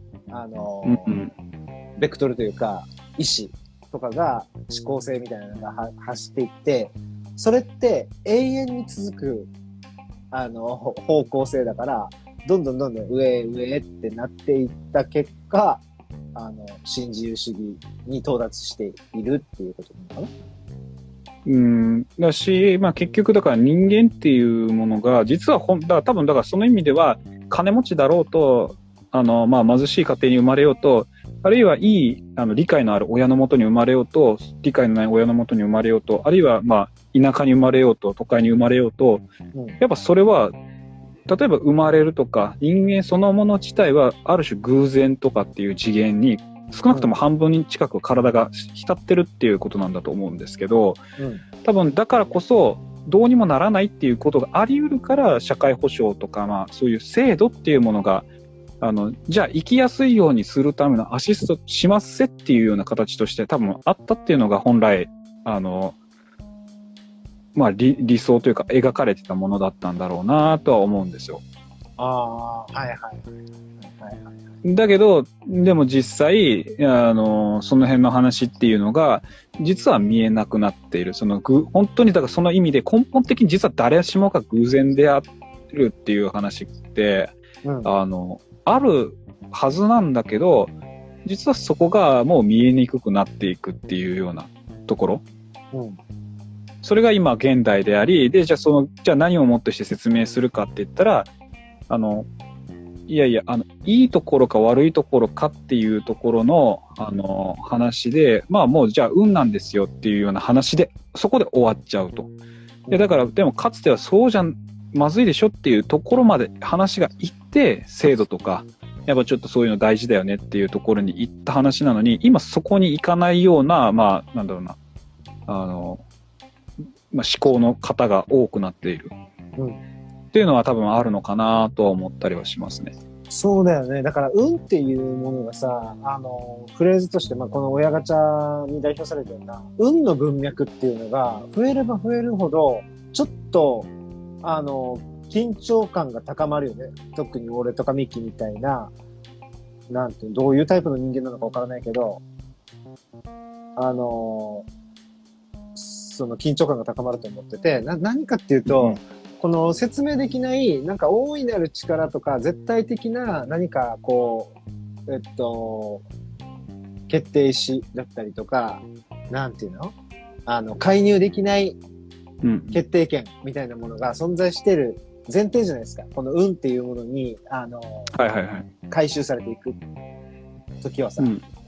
Speaker 3: ベクトルというか、意思とかが思考性みたいなのが走っていって、それって永遠に続く、方向性だから、どんどん上ってなっていった結果、新自由主義に到達しているっていうことなのかな？
Speaker 2: だし、結局だから人間っていうものが、実は多分だからその意味では、金持ちだろうと、貧しい家庭に生まれようと、あるいはいい、理解のある親のもとに生まれようと、理解のない親のもとに生まれようと、あるいは、田舎に生まれようと、都会に生まれようと、やっぱそれは、例えば生まれるとか、人間そのもの自体は、ある種偶然とかっていう次元に、少なくとも半分近く体が浸ってるっていうことなんだと思うんですけど、多分だからこそ、どうにもならないっていうことがあり得るから、社会保障とか、そういう制度っていうものが、じゃあ生きやすいようにするためのアシストしますせっていうような形として多分あったっていうのが本来、理想というか描かれてたものだったんだろうなとは思うんですよ。だけど、でも実際、その辺の話っていうのが、実は見えなくなっている。本当にだからその意味で根本的に実は誰しもが偶然であるっていう話って、あるはずなんだけど、実はそこがもう見えにくくなっていくっていうようなところ。それが今現代であり、で、じゃあ何をもってして説明するかって言ったら、いいところか悪いところかっていうところの、話で、もうじゃあ運なんですよっていうような話で、そこで終わっちゃうと。だから、でもかつてはそうじゃまずいでしょっていうところまで話がいって、制度とか、やっぱちょっとそういうの大事だよねっていうところに行った話なのに、今そこに行かないような、なんだろうな、思考の方が多くなっている。っていうのは多分あるのかなとは思ったりはしますね。
Speaker 3: そうだよね。だから、運っていうものがさ、フレーズとして、この親ガチャに代表されてるような、運の文脈っていうのが、増えれば増えるほど、ちょっと、緊張感が高まるよね。特に俺とかミッキーみたいな、どういうタイプの人間なのかわからないけど、その緊張感が高まると思ってて、何かっていうと、この説明できない、大いなる力とか、絶対的な何か決定意思だったりとか、なんていうの？介入できない決定権みたいなものが存在している前提じゃないですか。この運っていうものに、回収されていく時はさ。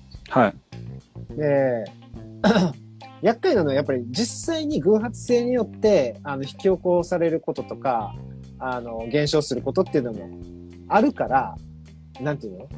Speaker 3: で、厄介なのはやっぱり実際に偶発性によって引き起こされることとか減少することっていうのもあるから、なんていうの、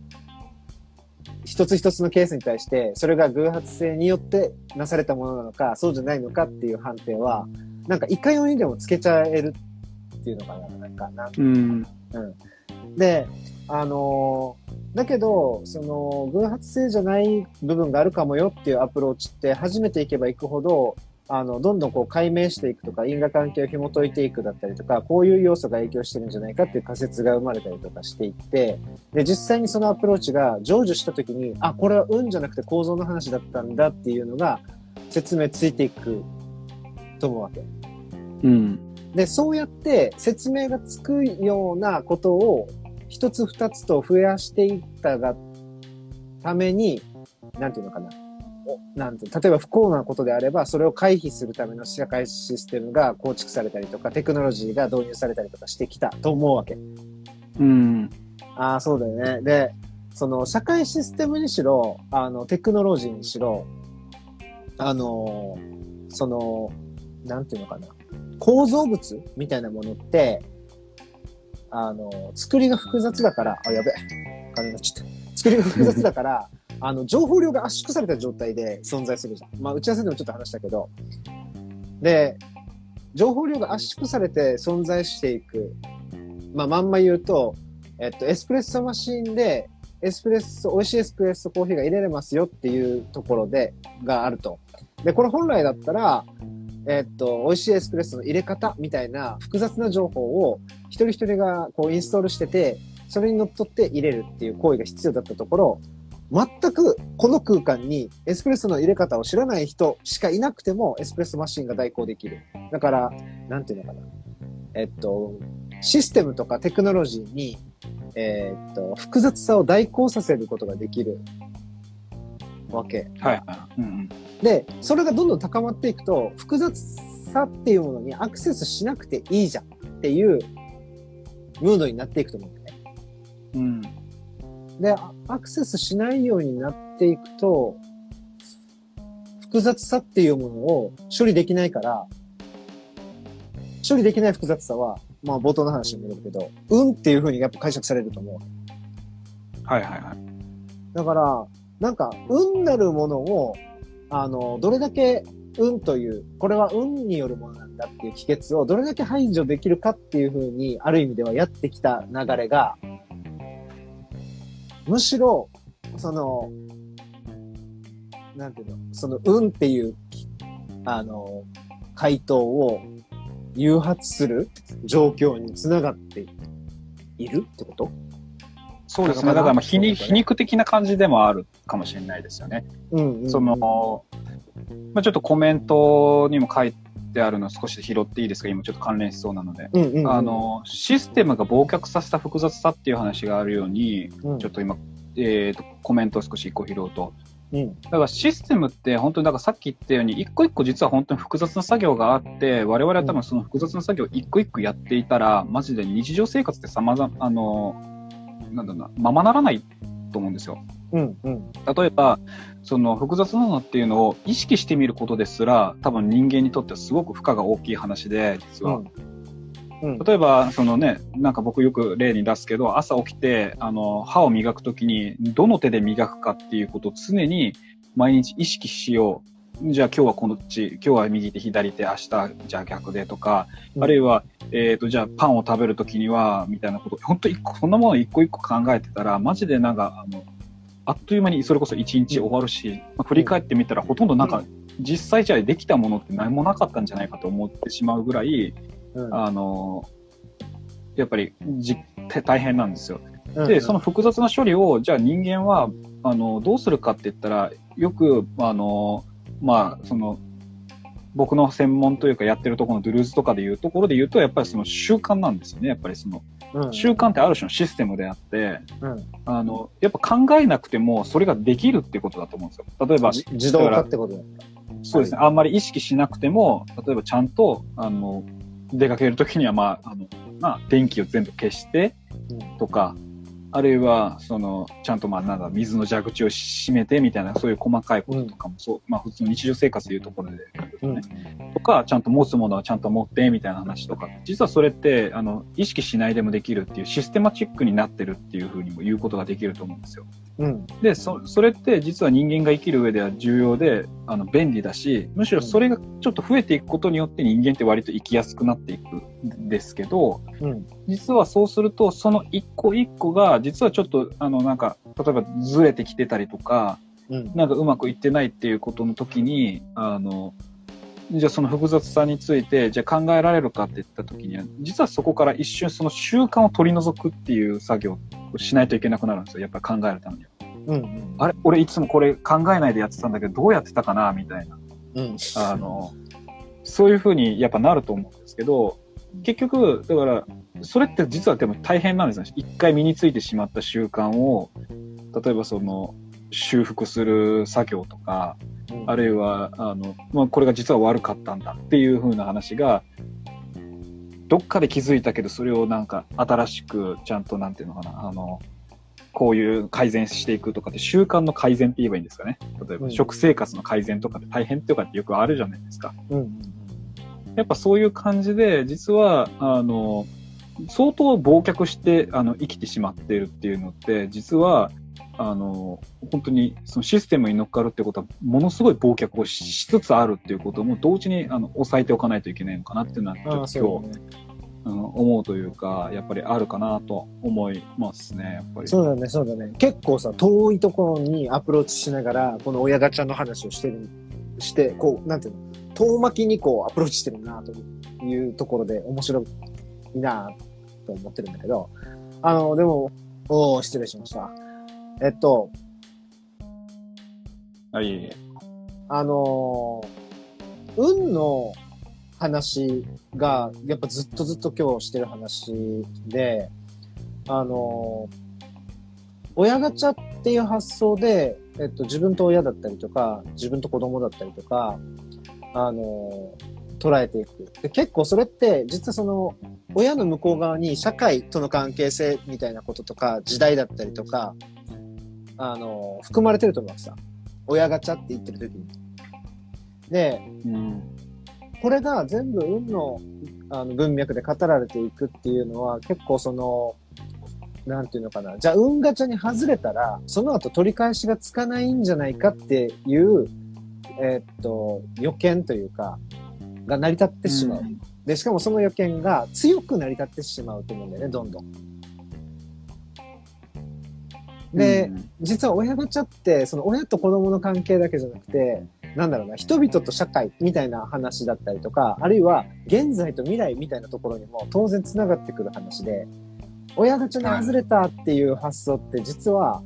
Speaker 3: 一つ一つのケースに対してそれが偶発性によってなされたものなのかそうじゃないのかっていう判定はいかようにでもつけちゃえるっていうのかな、でだけど、偶発性じゃない部分があるかもよっていうアプローチって初めていけばいくほど、 どんどんこう解明していくとか、因果関係を紐解いていくだったりとか、こういう要素が影響してるんじゃないかっていう仮説が生まれたりとかしていって、で、実際にそのアプローチが成就したときに、あ、これは運じゃなくて構造の話だったんだっていうのが説明ついていくと思うわけ。
Speaker 2: うん。
Speaker 3: で、そうやって説明がつくようなことを一つ二つと増やしていったがために、なんていうのかな。例えば不幸なことであれば、それを回避するための社会システムが構築されたりとか、テクノロジーが導入されたりとかしてきたと思うわけ。
Speaker 2: うん。
Speaker 3: ああ、そうだよね。で、その社会システムにしろ、テクノロジーにしろ、なんていうのかな。構造物みたいなものって、作りが複雑だから、あ、やべえ。金になっちゃった。作りが複雑だから、情報量が圧縮された状態で存在するじゃん。まあ、打ち合わせでもちょっと話したけど。で、情報量が圧縮されて存在していく。まあ、まんま言うと、エスプレッソマシンで、美味しいエスプレッソコーヒーが入れれますよっていうところがあると。で、これ本来だったら、美味しいエスプレッソの入れ方みたいな複雑な情報を一人一人がこうインストールしてて、それにのっとって入れるっていう行為が必要だったところ、全くこの空間にエスプレッソの入れ方を知らない人しかいなくてもエスプレッソマシンが代行できる。だから、なんていうのかな。システムとかテクノロジーに、複雑さを代行させることができるわけ。
Speaker 2: はい。うんうん。
Speaker 3: で、それがどんどん高まっていくと、複雑さっていうものにアクセスしなくていいじゃんっていうムードになっていくと思うんだよね。
Speaker 2: うん。
Speaker 3: で、アクセスしないようになっていくと、複雑さっていうものを処理できないから、処理できない複雑さは、まあ冒頭の話に戻るけど、っていう風にやっぱ解釈されると思う。
Speaker 2: はい。
Speaker 3: だから、なんか、なるものを、どれだけという、これはによるものなんだっていう帰結をどれだけ排除できるかっていう風に、ある意味ではやってきた流れが、むしろ、なんていうの、っていう、回答を誘発する状況につながっているってこと？
Speaker 2: そうですね。だから皮肉的な感じでもあるかもしれないですよね。ちょっとコメントにも書いてあるの少し拾っていいですか？今ちょっと関連しそうなので。システムが忘却させた複雑さっていう話があるように、ちょっと今、コメントを少し一個拾うと。だからシステムって本当にだからさっき言ったように一個一個実は本当に複雑な作業があって我々は多分その複雑な作業を一個一個やっていたらマジで日常生活ってままならないと思うんですよ。例えばその複雑なのっていうのを意識してみることですら多分人間にとってはすごく負荷が大きい話で実は。例えば、なんか僕よく例に出すけど、朝起きて、歯を磨くときに、どの手で磨くかっていうことを常に毎日意識しよう。じゃあ今日はこっち、今日は右手、左手、明日、じゃあ逆でとか、あるいは、じゃあパンを食べるときには、みたいなこと、本当にそんなもの一個一個考えてたら、マジでなんか、あっという間にそれこそ一日終わるし、振り返ってみたらほとんどなんか、実際じゃあできたものって何もなかったんじゃないかと思ってしまうぐらい、やっぱり大変なんですよ。で、その複雑な処理を、じゃあ人間は、どうするかって言ったら、よく、僕の専門というかやってるところのドゥルーズとかでいうところで言うと、やっぱりその習慣なんですよね。やっぱりその、習慣ってある種のシステムであって、やっぱ考えなくてもそれができるっていうことだと思うんですよ。例えば、
Speaker 3: 自動化ってことだった。
Speaker 2: そうですね。あんまり意識しなくても、例えばちゃんと、出かけるときには、電気を全部消してとか、あるいは、ちゃんと水の蛇口を閉めてみたいな、そういう細かいこととかも普通の日常生活でいうところで、とか、ちゃんと持つものはちゃんと持ってみたいな話とか、実はそれって、意識しないでもできるっていうシステマチックになってるっていうふうにも言うことができると思うんですよ。で、それって実は人間が生きる上では重要で、便利だし、むしろそれがちょっと増えていくことによって人間って割と生きやすくなっていくんですけど、実はそうすると、その一個一個が、実はちょっと、なんか、例えばずれてきてたりとか、なんかうまくいってないっていうことの時に、 じゃあその複雑さについて、じゃあ考えられるかって言った時には、実はそこから一瞬その習慣を取り除くっていう作業をしないといけなくなるんですよ。やっぱり考えるためには。
Speaker 3: うんうん。
Speaker 2: あれ俺いつもこれ考えないでやってたんだけど、どうやってたかなみたいな。
Speaker 3: うん。
Speaker 2: そういうふうにやっぱなると思うんですけど、結局、だから、それって実はでも大変なんですよ。一回身についてしまった習慣を、例えばその、修復する作業とか、あるいは、まあ、これが実は悪かったんだっていう風な話が、どっかで気づいたけど、それをなんか新しくちゃんとなんていうのかな、こういう改善していくとかって習慣の改善って言えばいいんですかね。例えば食生活の改善とかって大変とかってよくあるじゃないですか。やっぱそういう感じで、実は、相当忘却して、生きてしまっているっていうのって、実は、本当にそのシステムに乗っかるってことは、ものすごい忘却をしつつあるっていうことも同時に、抑えておかないといけないのかなっていうのは、ちょっと今日、思うというか、やっぱりあるかなと思いますね、やっぱり。
Speaker 3: そうだね、そうだね。結構さ、遠いところにアプローチしながら、この親ガチャの話をして、こう、なんていうの、遠巻きにこうアプローチしてるなというところで面白いなと思ってるんだけど、でも、失礼しました。
Speaker 2: はい。
Speaker 3: 運の話が、やっぱずっと今日してる話で、親ガチャっていう発想で、自分と親だったりとか、自分と子供だったりとか、捉えていく。で、結構それって、実はその、親の向こう側に社会との関係性みたいなこととか、時代だったりとか、含まれてると思うんですよ。親ガチャって言ってる時に。で、これが全部運の、文脈で語られていくっていうのは、結構その、なんていうのかな。じゃあ、運ガチャに外れたら、その後取り返しがつかないんじゃないかっていう、予見というか、が成り立ってしまう。で、しかもその予見が強く成り立ってしまうと思うんだよね、どんどん。で、実は親ガチャって、その親と子供の関係だけじゃなくて、なんだろうな、人々と社会みたいな話だったりとか、あるいは現在と未来みたいなところにも当然繋がってくる話で、親ガチャに外れたっていう発想って実は、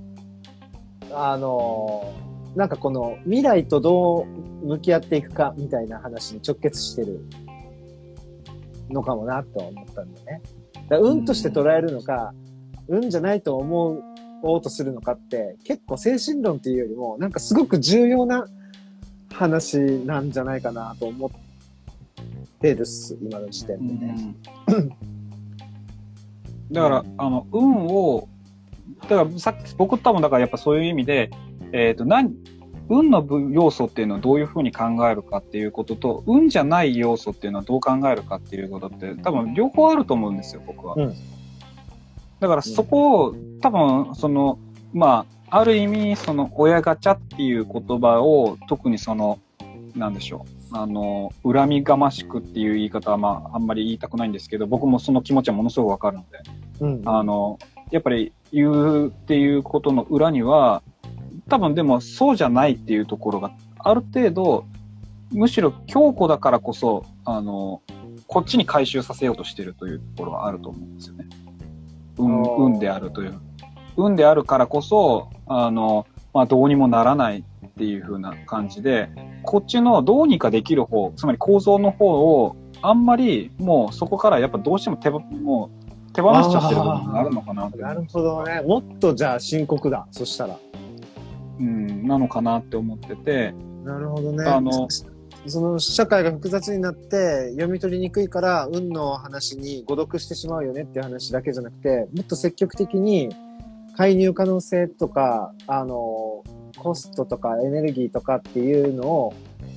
Speaker 3: なんかこの未来とどう向き合っていくかみたいな話に直結してるのかもなと思ったんだよね。だ運として捉えるのか、運じゃないと思おうとするのかって結構精神論っていうよりもなんかすごく重要な話なんじゃないかなと思ってです、今の時点でね。
Speaker 2: だから、運を、だからさっき、僕多分だからやっぱそういう意味で、運の要素っていうのはどういうふうに考えるかっていうことと、運じゃない要素っていうのはどう考えるかっていうことって多分両方あると思うんですよ、僕は。だからそこを多分その、まあ、ある意味その親ガチャっていう言葉を特にその、なんでしょう、恨みがましくっていう言い方はまあ、あんまり言いたくないんですけど、僕もその気持ちはものすごくわかるので、やっぱり言うっていうことの裏には、多分でもそうじゃないっていうところがある程度、むしろ強固だからこそ、こっちに回収させようとしてるというところがあると思うんですよね。運であるという。運であるからこそ、まあ、どうにもならないっていう風な感じで、こっちのどうにかできる方、つまり構造の方を、あんまりもうそこからやっぱどうしてももう手放しちゃってる部分があるのかなって。
Speaker 3: なるほどね。もっとじゃあ深刻だ。そしたら。
Speaker 2: なのかなって思ってて。
Speaker 3: なるほどね。その社会が複雑になって読み取りにくいから運の話に誤読してしまうよねっていう話だけじゃなくて、もっと積極的に介入可能性とか、コストとかエネルギーとかっていうのを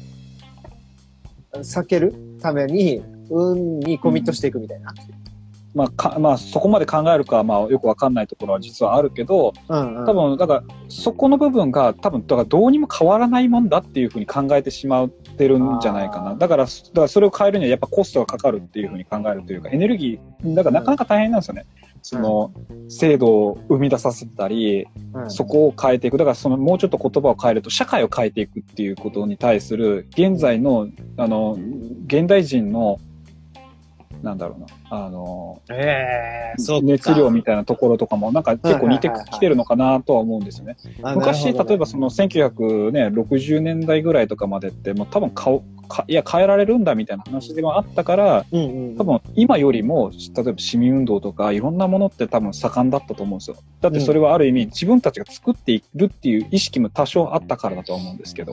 Speaker 3: 避けるために運にコミットしていくみたいな。
Speaker 2: まあ、そこまで考えるかは、まあ、よくわかんないところは実はあるけど、多分、だから、そこの部分が多分、だからどうにも変わらないもんだっていうふうに考えてしまってるんじゃないかな。だからそれを変えるにはやっぱコストがかかるっていうふうに考えるというか、エネルギー、だからなかなか大変なんですよね。 その、制度を生み出させたり、そこを変えていく。だからもうちょっと言葉を変えると、社会を変えていくっていうことに対する、現在の、現代人の、なんだろうな、熱量みたいなところとかも、なんか結構似てきてるのかなとは思うんですよね。昔、例えば1960年代ぐらいとかまでって、もう多分変えられるんだみたいな話でもあったから、多分今よりも、例えば市民運動とかいろんなものって多分盛んだったと思うんですよ。だってそれはある意味自分たちが作っているっていう意識も多少あったからだと思うんですけど。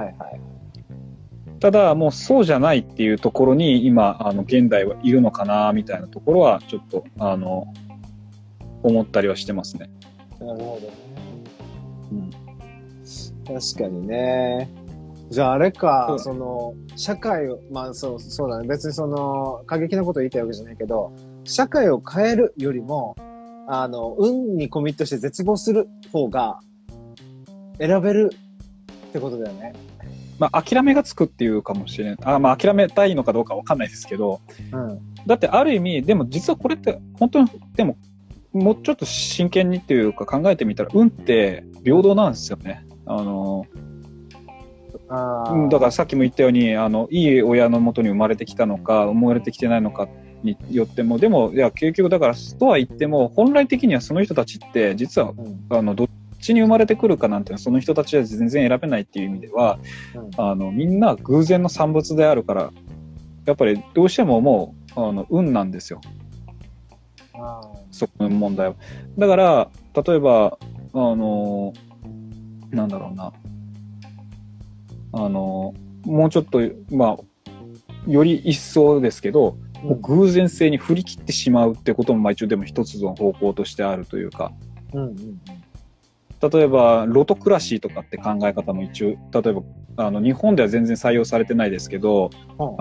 Speaker 2: ただもうそうじゃないっていうところに今、現代はいるのかなみたいなところはちょっと、思ったりはしてますね。
Speaker 3: なるほど。確かにね。じゃああれか、社会を、そうだね。別に過激なことを言いたいわけじゃないけど、社会を変えるよりも、運にコミットして絶望する方が選べるってことだよね。
Speaker 2: 諦めがつくっていうかもしれない。諦めたいのかどうかわかんないですけど、だってある意味、でも実はこれって本当に、でも、もうちょっと真剣にっていうか考えてみたら、運って平等なんですよね。だからさっきも言ったように、いい親の元に生まれてきたのか、生まれてきてないのかによっても、でも、いや、結局だから、とは言っても、本来的にはその人たちって、実は、どっちに生まれてくるかなんていうのは、その人たちは全然選べないっていう意味では、みんな偶然の産物であるから、やっぱりどうしてももう、運なんですよ。そこの問題は。だから、例えば、なんだろうな。もうちょっと、より一層ですけど、偶然性に振り切ってしまうってことも、一応でも一つの方向としてあるというか、例えば、ロトクラシーとかって考え方も一応、例えば、日本では全然採用されてないですけど、ヨ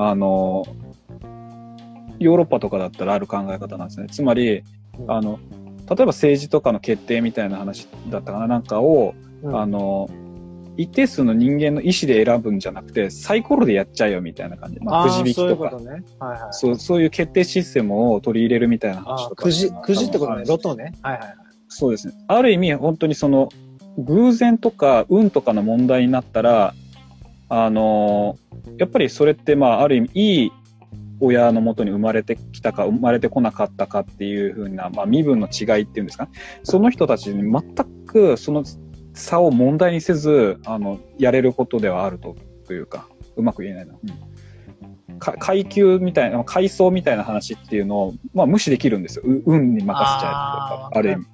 Speaker 2: ーロッパとかだったらある考え方なんですね。つまり、例えば政治とかの決定みたいな話だったかな、なんかを、一定数の人間の意思で選ぶんじゃなくて、サイコロでやっちゃえよみたいな感じ。くじ引きとか。そういう決定システムを取り入れるみたいな話とか。
Speaker 3: くじってことね、ロトね。
Speaker 2: そうですね。ある意味、本当に偶然とか運とかの問題になったら、やっぱりそれって、ある意味、いい親の元に生まれてきたか、生まれてこなかったかっていう風な、身分の違いっていうんですかね。その人たちに全く、その差を問題にせず、やれることではあるというか、うまく言えないな。階級みたいな、階層みたいな話っていうのを、無視できるんですよ。運に任せちゃえとか、ある意味。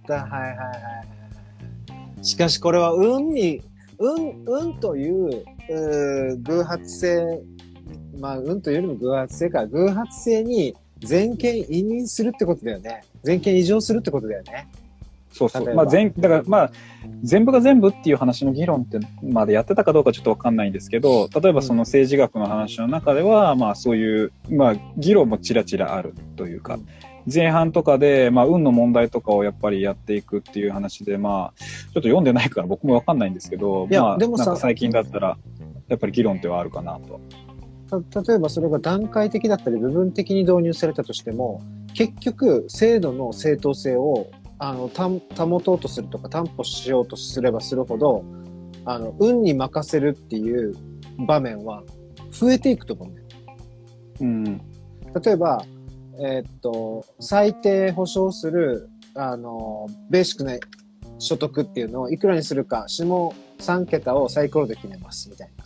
Speaker 3: しかしこれは運という偶発性、運というよりも偶発性か、偶発性に全権委任するってことだよね。全権移譲するってことだよね。
Speaker 2: そうそう。だから全部が全部っていう話の議論ってまでやってたかどうかちょっとわかんないんですけど、例えばその政治学の話の中では、そういう、議論もちらちらあるというか、前半とかで、運の問題とかをやっぱりやっていくっていう話で、ちょっと読んでないから僕もわかんないんですけど、でもなんか最近だったら、やっぱり議論ってはあるかなと。
Speaker 3: 例えばそれが段階的だったり部分的に導入されたとしても、結局制度の正当性を保とうとするとか担保しようとすればするほど、運に任せるっていう場面は増えていくと思うんだよ。例えば、最低保障する、ベーシックな所得っていうのをいくらにするか、下3桁をサイコロで決めます、みたいな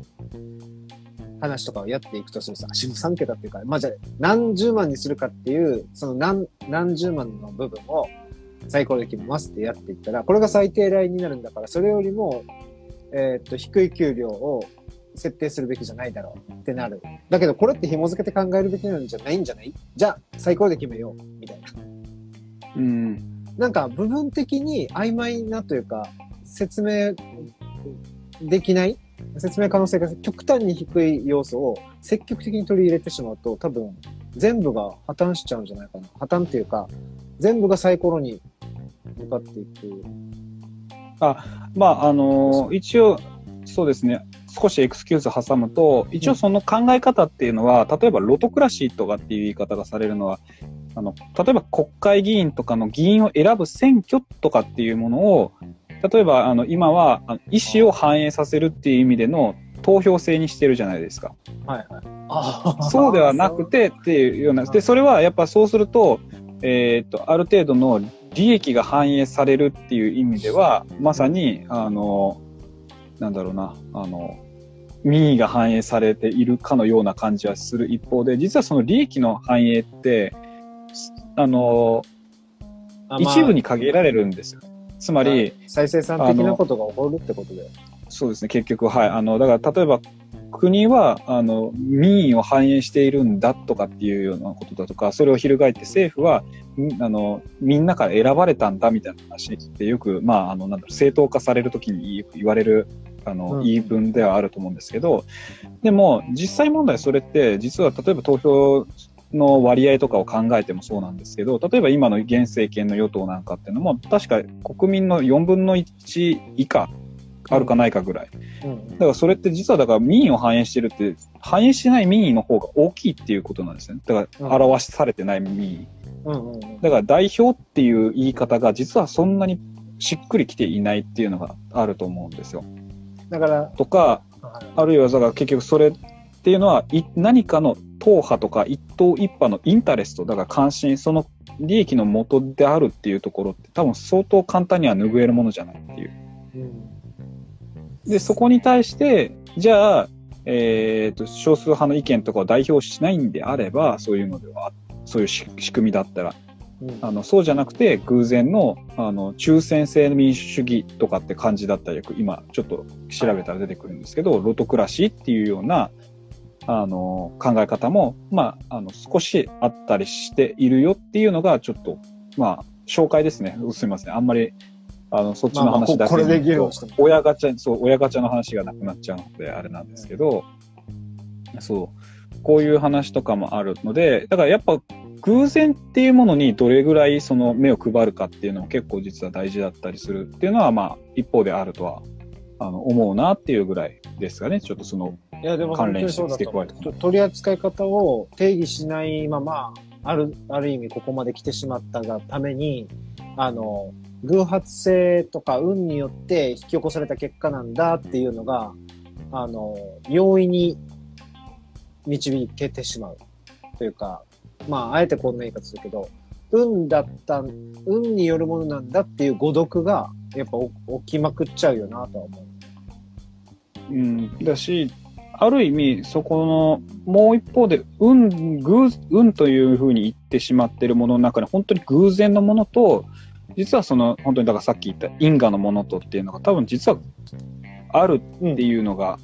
Speaker 3: 話とかをやっていくとするさ、下3桁っていうか、じゃあ何十万にするかっていう、その何十万の部分をサイコロで決めますってやっていったら、これが最低ラインになるんだから、それよりも、低い給料を設定するべきじゃないだろうってなる。だけど、これって紐付けて考えるべきなんじゃないんじゃない？じゃあ、サイコロで決めよう、みたいな。なんか、部分的に曖昧なというか、説明できない説明可能性が極端に低い要素を積極的に取り入れてしまうと、多分、全部が破綻しちゃうんじゃないかな。破綻っていうか、全部がサイコロに向かっていく。
Speaker 2: 一応、そうですね。少しエクスキューズ挟むと、一応その考え方っていうのは、例えばロトクラシーとかっていう言い方がされるのは、 例えば国会議員とかの議員を選ぶ選挙とかっていうものを、例えば今は意思を反映させるっていう意味での投票制にしてるじゃないですか。
Speaker 3: はいはい。
Speaker 2: そうではなくてっていうような。で、それはやっぱそうすると、ある程度の利益が反映されるっていう意味では、まさに、なんだろうな、民意が反映されているかのような感じはする一方で、実はその利益の反映って、一部に限られるんですよ。つまり、
Speaker 3: 再生産的なことが起こるってことで。
Speaker 2: そうですね、結局、はい。だから例えば、国は、民意を反映しているんだとかっていうようなことだとか、それを翻って政府は、みんなから選ばれたんだみたいな話ってよく、正当化されるときによく言われる、言い分ではあると思うんですけど、でも、実際問題それって、実は例えば投票の割合とかを考えてもそうなんですけど、例えば今の現政権の与党なんかっていうのも、確か国民の4分の1以下、あるかないかぐらい。だからそれって実はだから民意を反映してるって、反映してない民意の方が大きいっていうことなんですね。だから表されてない民意。だから代表っていう言い方が実はそんなにしっくりきていないっていうのがあると思うんですよ。
Speaker 3: だから
Speaker 2: とか、あるいはだから結局それっていうのは何かの党派とか一党一派のインタレスト、だから関心、その利益の元であるっていうところって多分相当簡単には拭えるものじゃないっていう。で、そこに対して、じゃあ、少数派の意見とかを代表しないんであれば、そういうのでは、そういう仕組みだったら、そうじゃなくて、偶然の、抽選制の民主主義とかって感じだったら、今、ちょっと調べたら出てくるんですけど、ロトクラシーっていうような、考え方も、少しあったりしているよっていうのが、ちょっと、紹介ですね。すみません。あんまり、そっちの話だけで親ガチャの話がなくなっちゃうので、あれなんですけど、そう、こういう話とかもあるので、だからやっぱ偶然っていうものにどれぐらいその目を配るかっていうのも結構実は大事だったりするっていうのは、一方であるとは、思うなっていうぐらいですかね。ちょっとその、関連して付け加えて。
Speaker 3: 取り扱い方を定義しないまま、ある意味ここまで来てしまったがために、偶発性とか運によって引き起こされた結果なんだっていうのが、容易に導けてしまうというか、あえてこんな言い方するけど、運によるものなんだっていう誤読が、やっぱ起きまくっちゃうよなとは思
Speaker 2: う。だし、ある意味、そこの、もう一方で、運というふうに言ってしまっているものの中に、本当に偶然のものと、実はその、本当にだからさっき言った因果のものとっていうのが多分実はあるっていうのが、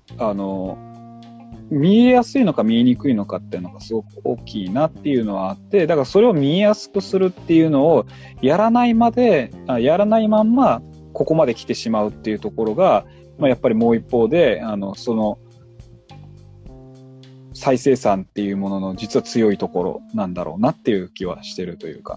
Speaker 2: 見えやすいのか見えにくいのかっていうのがすごく大きいなっていうのはあって、だからそれを見えやすくするっていうのをやらないまんまここまで来てしまうっていうところが、やっぱりもう一方で、その、再生産っていうものの実は強いところなんだろうなっていう気はしてるというか。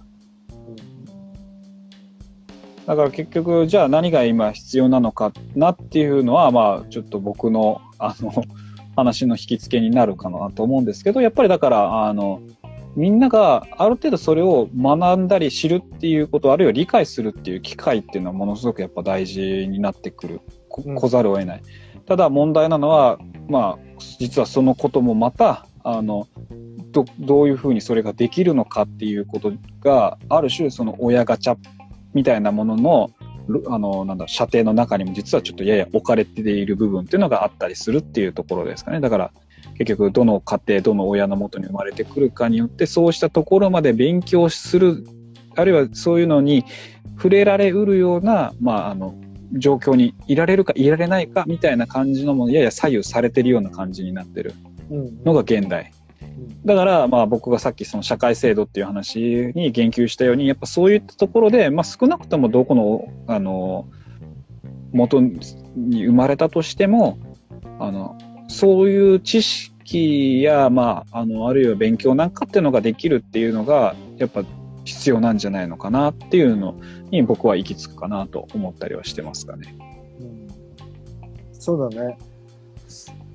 Speaker 2: だから結局、じゃあ何が今必要なのかなっていうのは、ちょっと僕の、話の引き付けになるかなと思うんですけど、やっぱりだから、みんながある程度それを学んだり知るっていうこと、あるいは理解するっていう機会っていうのはものすごくやっぱ大事になってくる。来ざるを得ない。ただ問題なのは、実はそのこともまた、どういうふうにそれができるのかっていうことが、ある種その親ガチャみたいなものの、射程の中にも実はちょっとやや置かれている部分っていうのがあったりするっていうところですかね。だから結局どの家庭、どの親の元に生まれてくるかによってそうしたところまで勉強する、あるいはそういうのに触れられうるような、状況にいられるかいられないかみたいな感じのもやや左右されているような感じになってるのが現代。だから、僕がさっきその社会制度っていう話に言及したように、やっぱそういったところで、少なくともどこの、元に生まれたとしても、そういう知識や、あるいは勉強なんかっていうのができるっていうのが、やっぱ必要なんじゃないのかなっていうのに僕は行き着くかなと思ったりはしてますかね。
Speaker 3: そうだね。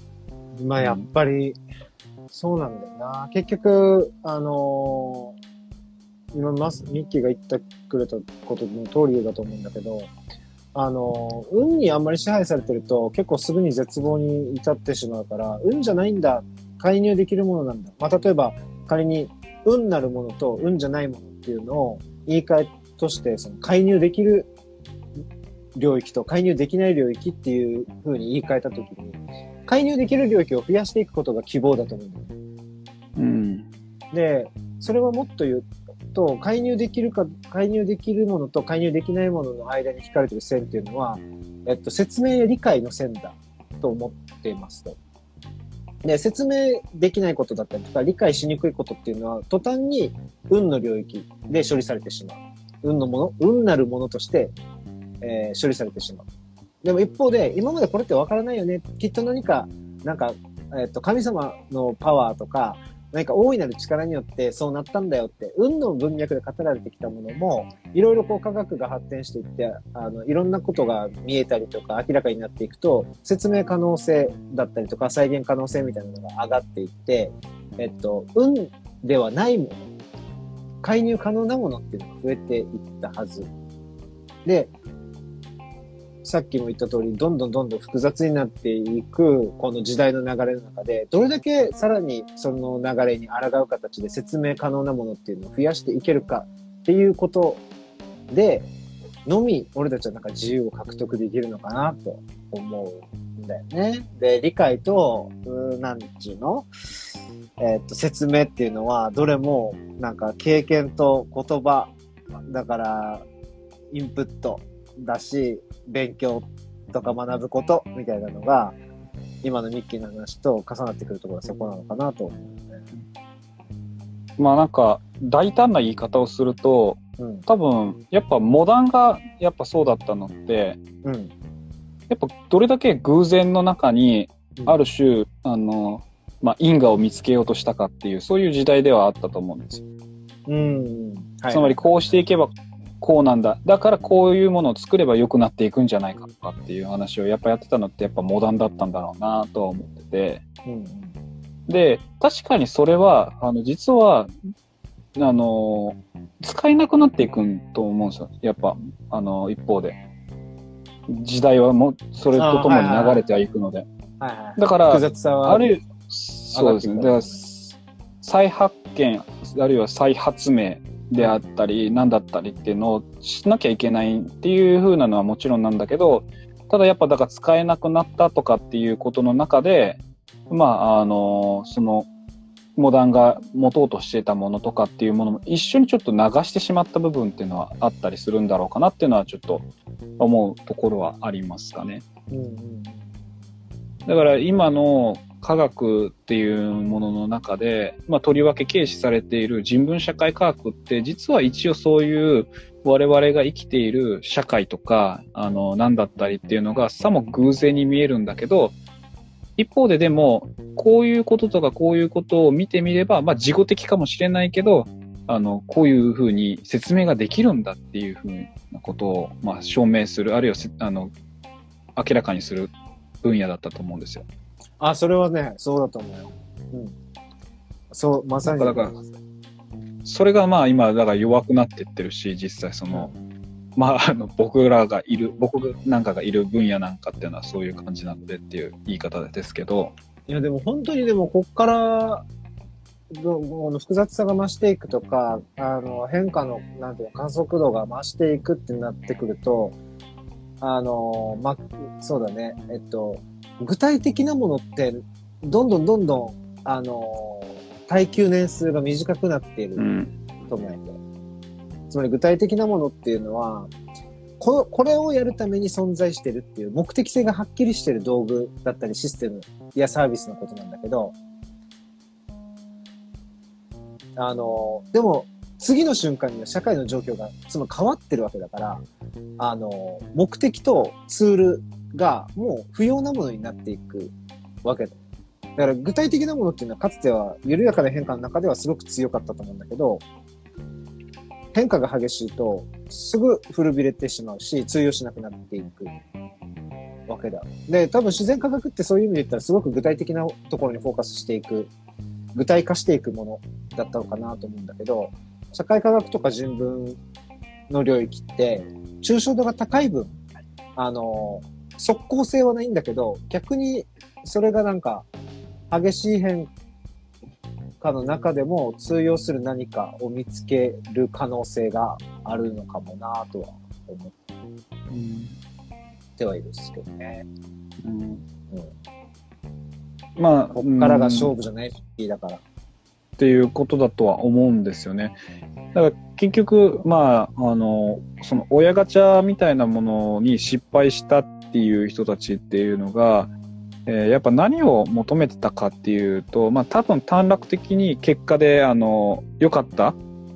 Speaker 3: やっぱり、そうなんだよな。結局、 今ミッキーが言ってくれたことの通りだと思うんだけど、運にあんまり支配されてると結構すぐに絶望に至ってしまうから、運じゃないんだ、介入できるものなんだ。まあ、例えば仮に運なるものと運じゃないものっていうのを言い換えとして、その介入できる領域と介入できない領域っていう風に言い換えたときに、介入できる領域を増やしていくことが希望だと思うんだよね。
Speaker 2: うん。
Speaker 3: で、それはもっと言うと、介入できるものと介入できないものの間に引かれている線っていうのは、説明や理解の線だと思っていますと。で、説明できないことだったりとか、理解しにくいことっていうのは、途端に運の領域で処理されてしまう。運なるものとして、処理されてしまう。でも一方で、今までこれってわからないよね。きっと何か、神様のパワーとか、何か大いなる力によってそうなったんだよって、運の文脈で語られてきたものも、いろいろこう科学が発展していって、いろんなことが見えたりとか明らかになっていくと、説明可能性だったりとか再現可能性みたいなのが上がっていって、運ではないもの、介入可能なものっていうのが増えていったはず。で、さっきも言った通り、どんどん複雑になっていく、この時代の流れの中で、どれだけさらにその流れに抗う形で説明可能なものっていうのを増やしていけるかっていうことで、のみ、俺たちはなんか自由を獲得できるのかなと思うんだよね。で、理解と、なんちゅうの説明っていうのは、どれもなんか経験と言葉、だから、インプットだし、勉強とか学ぶことみたいなのが、今のミッキーの話と重なってくるところはそこなのかなと思うね。
Speaker 2: まあなんか、大胆な言い方をすると、多分、やっぱモダンがやっぱそうだったのって、やっぱどれだけ偶然の中に、ある種、因果を見つけようとしたかっていう、そういう時代ではあったと思うんですよ。つまりこうしていけばこうなんだ。だからこういうものを作れば良くなっていくんじゃないかとかっていう話をやっぱやってたのってやっぱモダンだったんだろうなとは思ってて。で、確かにそれは、実は、使えなくなっていくと思うんですよ。やっぱ、一方で。時代はもう、それとともに流れてはいくので。だから、ある、そうですね。だから再発見、あるいは再発明であったり、何だったりっていうのをしなきゃいけないっていう風なのはもちろんなんだけど、ただやっぱだから使えなくなったとかっていうことの中で、その、モダンが持とうとしていたものとかっていうものも一緒にちょっと流してしまった部分っていうのはあったりするんだろうかなっていうのはちょっと思うところはありますかね。だから今の科学っていうものの中で、とりわけ軽視されている人文社会科学って実は一応そういう我々が生きている社会とか、何だったりっていうのがさも偶然に見えるんだけど、一方ででも、こういうこととかこういうことを見てみれば、事後的かもしれないけど、こういうふうに説明ができるんだっていうふうなことを、証明する、あるいは明らかにする分野だったと思うんですよ。
Speaker 3: それはね、そうだと思うよ。そう、まさに。
Speaker 2: だから、それが今、だから弱くなっていってるし、実際その、僕なんかがいる分野なんかっていうのはそういう感じなのでっていう言い方ですけど。
Speaker 3: いや、でも本当にこっから、複雑さが増していくとか、変化の、観測度が増していくってなってくると、そうだね、具体的なものって、どんどん、耐久年数が短くなっていると思うので。つまり具体的なものっていうのは、これをやるために存在してるっていう目的性がはっきりしてる道具だったりシステムやサービスのことなんだけど、でも次の瞬間には社会の状況がつまり変わってるわけだから、目的とツールがもう不要なものになっていくわけだ。だから具体的なものっていうのはかつては緩やかな変化の中ではすごく強かったと思うんだけど、変化が激しいとすぐ古びれてしまうし通用しなくなっていくわけだ。で、多分自然科学ってそういう意味で言ったらすごく具体的なところにフォーカスしていく、具体化していくものだったのかなと思うんだけど、 社会科学とか人文の領域って、抽象度が高い分、即効性はないんだけど、逆にそれがなんか、激しい変化の中でも通用する何かを見つける可能性があるのかもなとは思ってはいるんですけどね。
Speaker 2: まあ、
Speaker 3: こっからが勝負じゃないし、だから。
Speaker 2: っていうことだとは思うんですよね。だから結局、まあ、その親ガチャみたいなものに失敗したっていう人たちっていうのが、やっぱ何を求めてたかっていうと、まあ多分短絡的に結果で、良かった、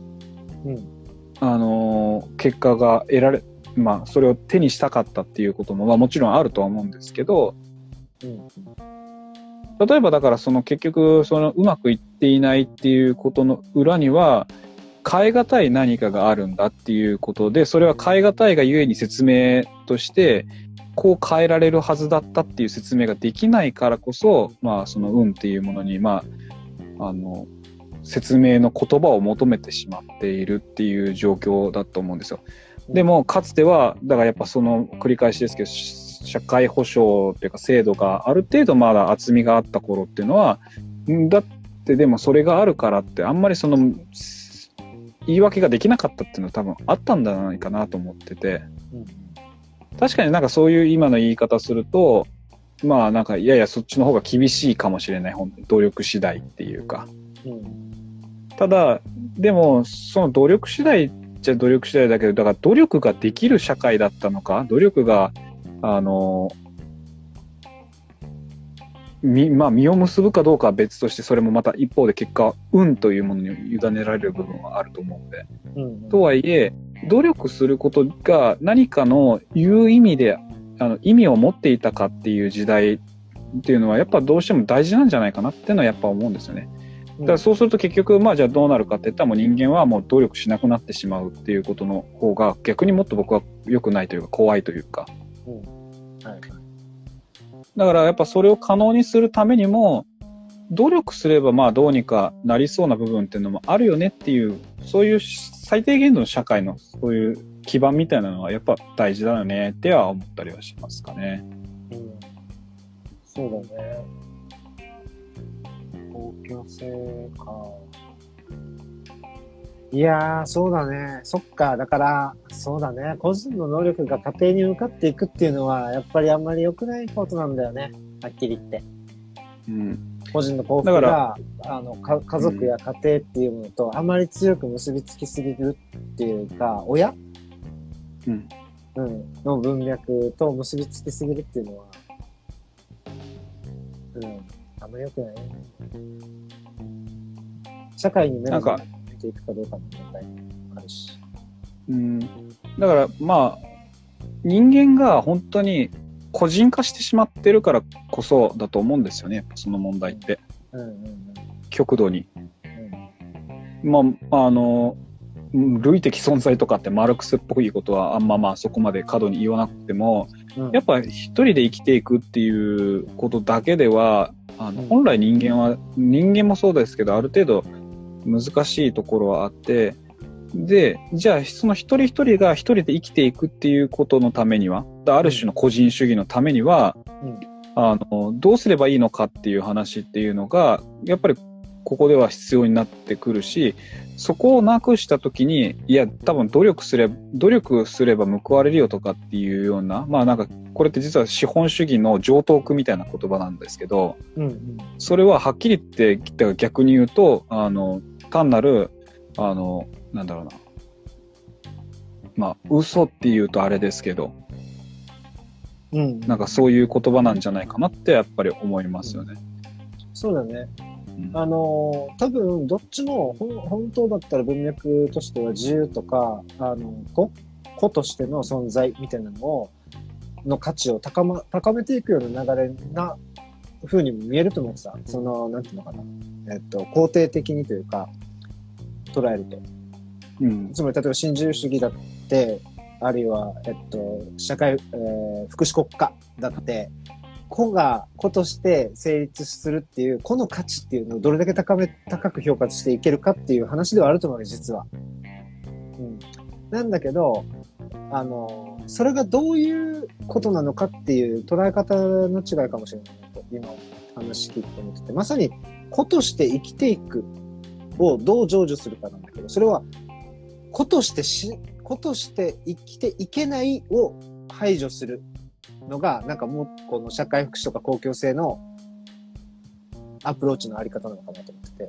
Speaker 2: 結果が得られ、まあそれを手にしたかったっていうことも、まあもちろんあるとは思うんですけど、例えばだから結局うまくいっていないっていうことの裏には変え難い何かがあるんだっていうことで、それは変え難いがゆえに説明としてこう変えられるはずだったっていう説明ができないからこそ、まあ運っていうものに説明の言葉を求めてしまっているっていう状況だと思うんですよ。でもかつてはだからやっぱ繰り返しですけど、社会保障っていうか制度がある程度まだ厚みがあった頃っていうのは、だってでもそれがあるからってあんまり言い訳ができなかったっていうのは多分あったんじゃないかなと思ってて、確かになんかそういう今の言い方すると、まあなんかややそっちの方が厳しいかもしれない、本当に努力次第っていうか、ただでもその努力次第じゃ努力次第だけど、だから努力ができる社会だったのか、努力が実を結ぶかどうかは別として、それもまた一方で結果運というものに委ねられる部分はあると思うので、とはいえ努力することが何かの言う意味で意味を持っていたかっていう時代っていうのはやっぱどうしても大事なんじゃないかなっていうのはやっぱ思うんですよね。だからそうすると結局じゃあどうなるかっていったら、もう人間はもう努力しなくなってしまうっていうことの方が逆にもっと僕は良くないというか怖いというか、だからやっぱそれを可能にするためにも努力すればどうにかなりそうな部分っていうのもあるよねっていう、そういう最低限度の社会のそういう基盤みたいなのはやっぱ大事だよねっては思ったりはしますかね。
Speaker 3: そうだね。公共性か。いやー、そうだね。そっか。だから、そうだね。個人の能力が家庭に向かっていくっていうのは、やっぱりあんまり良くないことなんだよね。はっきり言って。個人の幸福が、家族や家庭っていうものとあまり強く結びつきすぎるっていうか、親の文脈と結びつきすぎるっていうのは、あんまり良くない。社会に目を向けていくかどうかの問題もあるし。
Speaker 2: だから人間が本当に個人化してしまってるからこそだと思うんですよね、その問題って。極度に。類的存在とかってマルクスっぽいことはあんまそこまで過度に言わなくても、やっぱ一人で生きていくっていうことだけでは本来人間もそうですけど、ある程度難しいところはあって、でじゃあその一人一人が一人で生きていくっていうことのためには、ある種の個人主義のためには、どうすればいいのかっていう話っていうのがやっぱりここでは必要になってくるし、そこをなくしたときに、いや多分努力すれば報われるよとかっていうような、なんかこれって実は資本主義の常套句みたいな言葉なんですけど、それははっきり言って逆に言うと単なるなんだろうな、嘘って言うとあれですけど、なんかそういう言葉なんじゃないかなってやっぱり思いますよね。
Speaker 3: そうだね。多分どっちも本当だったら文脈としては自由とか個としての存在みたいなの価値を高めていくような流れな風にも見えると思うさ。なんていうのかな、肯定的にというか捉えると、つまり例えば新自由主義だって、あるいは社会、福祉国家だって個が個として成立するっていう、個の価値っていうのをどれだけ高く評価していけるかっていう話ではあると思うわけ、実は。うん。なんだけど、それがどういうことなのかっていう捉え方の違いかもしれないなと、今話聞いて思ってて、まさに個として生きていくをどう成就するかなんだけど、それは個として生きていけないを排除するのが、なんかもうこの社会福祉とか公共性のアプローチのあり方なのかなと思って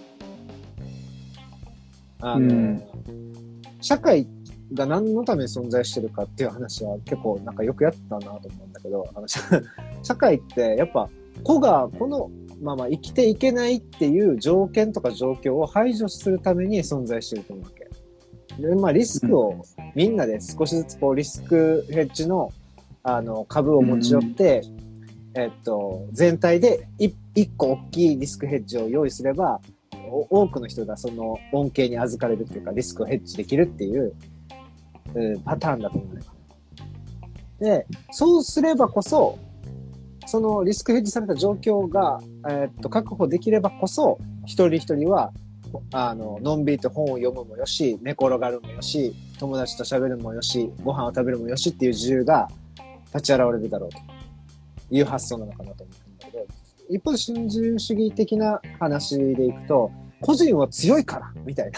Speaker 3: て。社会が何のために存在してるかっていう話は結構なんかよくやったなと思うんだけど、社会ってやっぱ個がこのまま生きていけないっていう条件とか状況を排除するために存在してると思うわけ。で、まあリスクをみんなで少しずつこうリスクヘッジの株を持ち寄って、全体で一個大きいリスクヘッジを用意すれば、多くの人がその恩恵に預かれるっていうか、リスクをヘッジできるっていう、パターンだと思うね。で、そうすればこそ、そのリスクヘッジされた状況が、確保できればこそ、一人一人は、のんびりと本を読むもよし、寝転がるもよし、友達と喋るもよし、ご飯を食べるもよしっていう自由が立ち現れるだろうという発想なのかなと思うんだけど、一方で新自由主義的な話でいくと、個人は強いからみたいな。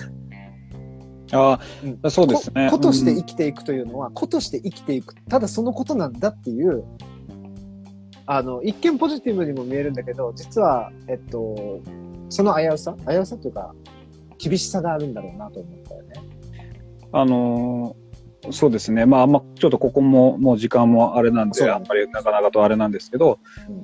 Speaker 2: そうですね。
Speaker 3: 個として生きていくというのは、個として生きていく、ただそのことなんだっていう、一見ポジティブにも見えるんだけど、実は、その危うさというか、厳しさがあるんだろうなと思ったよね。
Speaker 2: そうですね。まあ、ちょっとここも、もう時間もあれなんで、あんまりなかなかとあれなんですけど、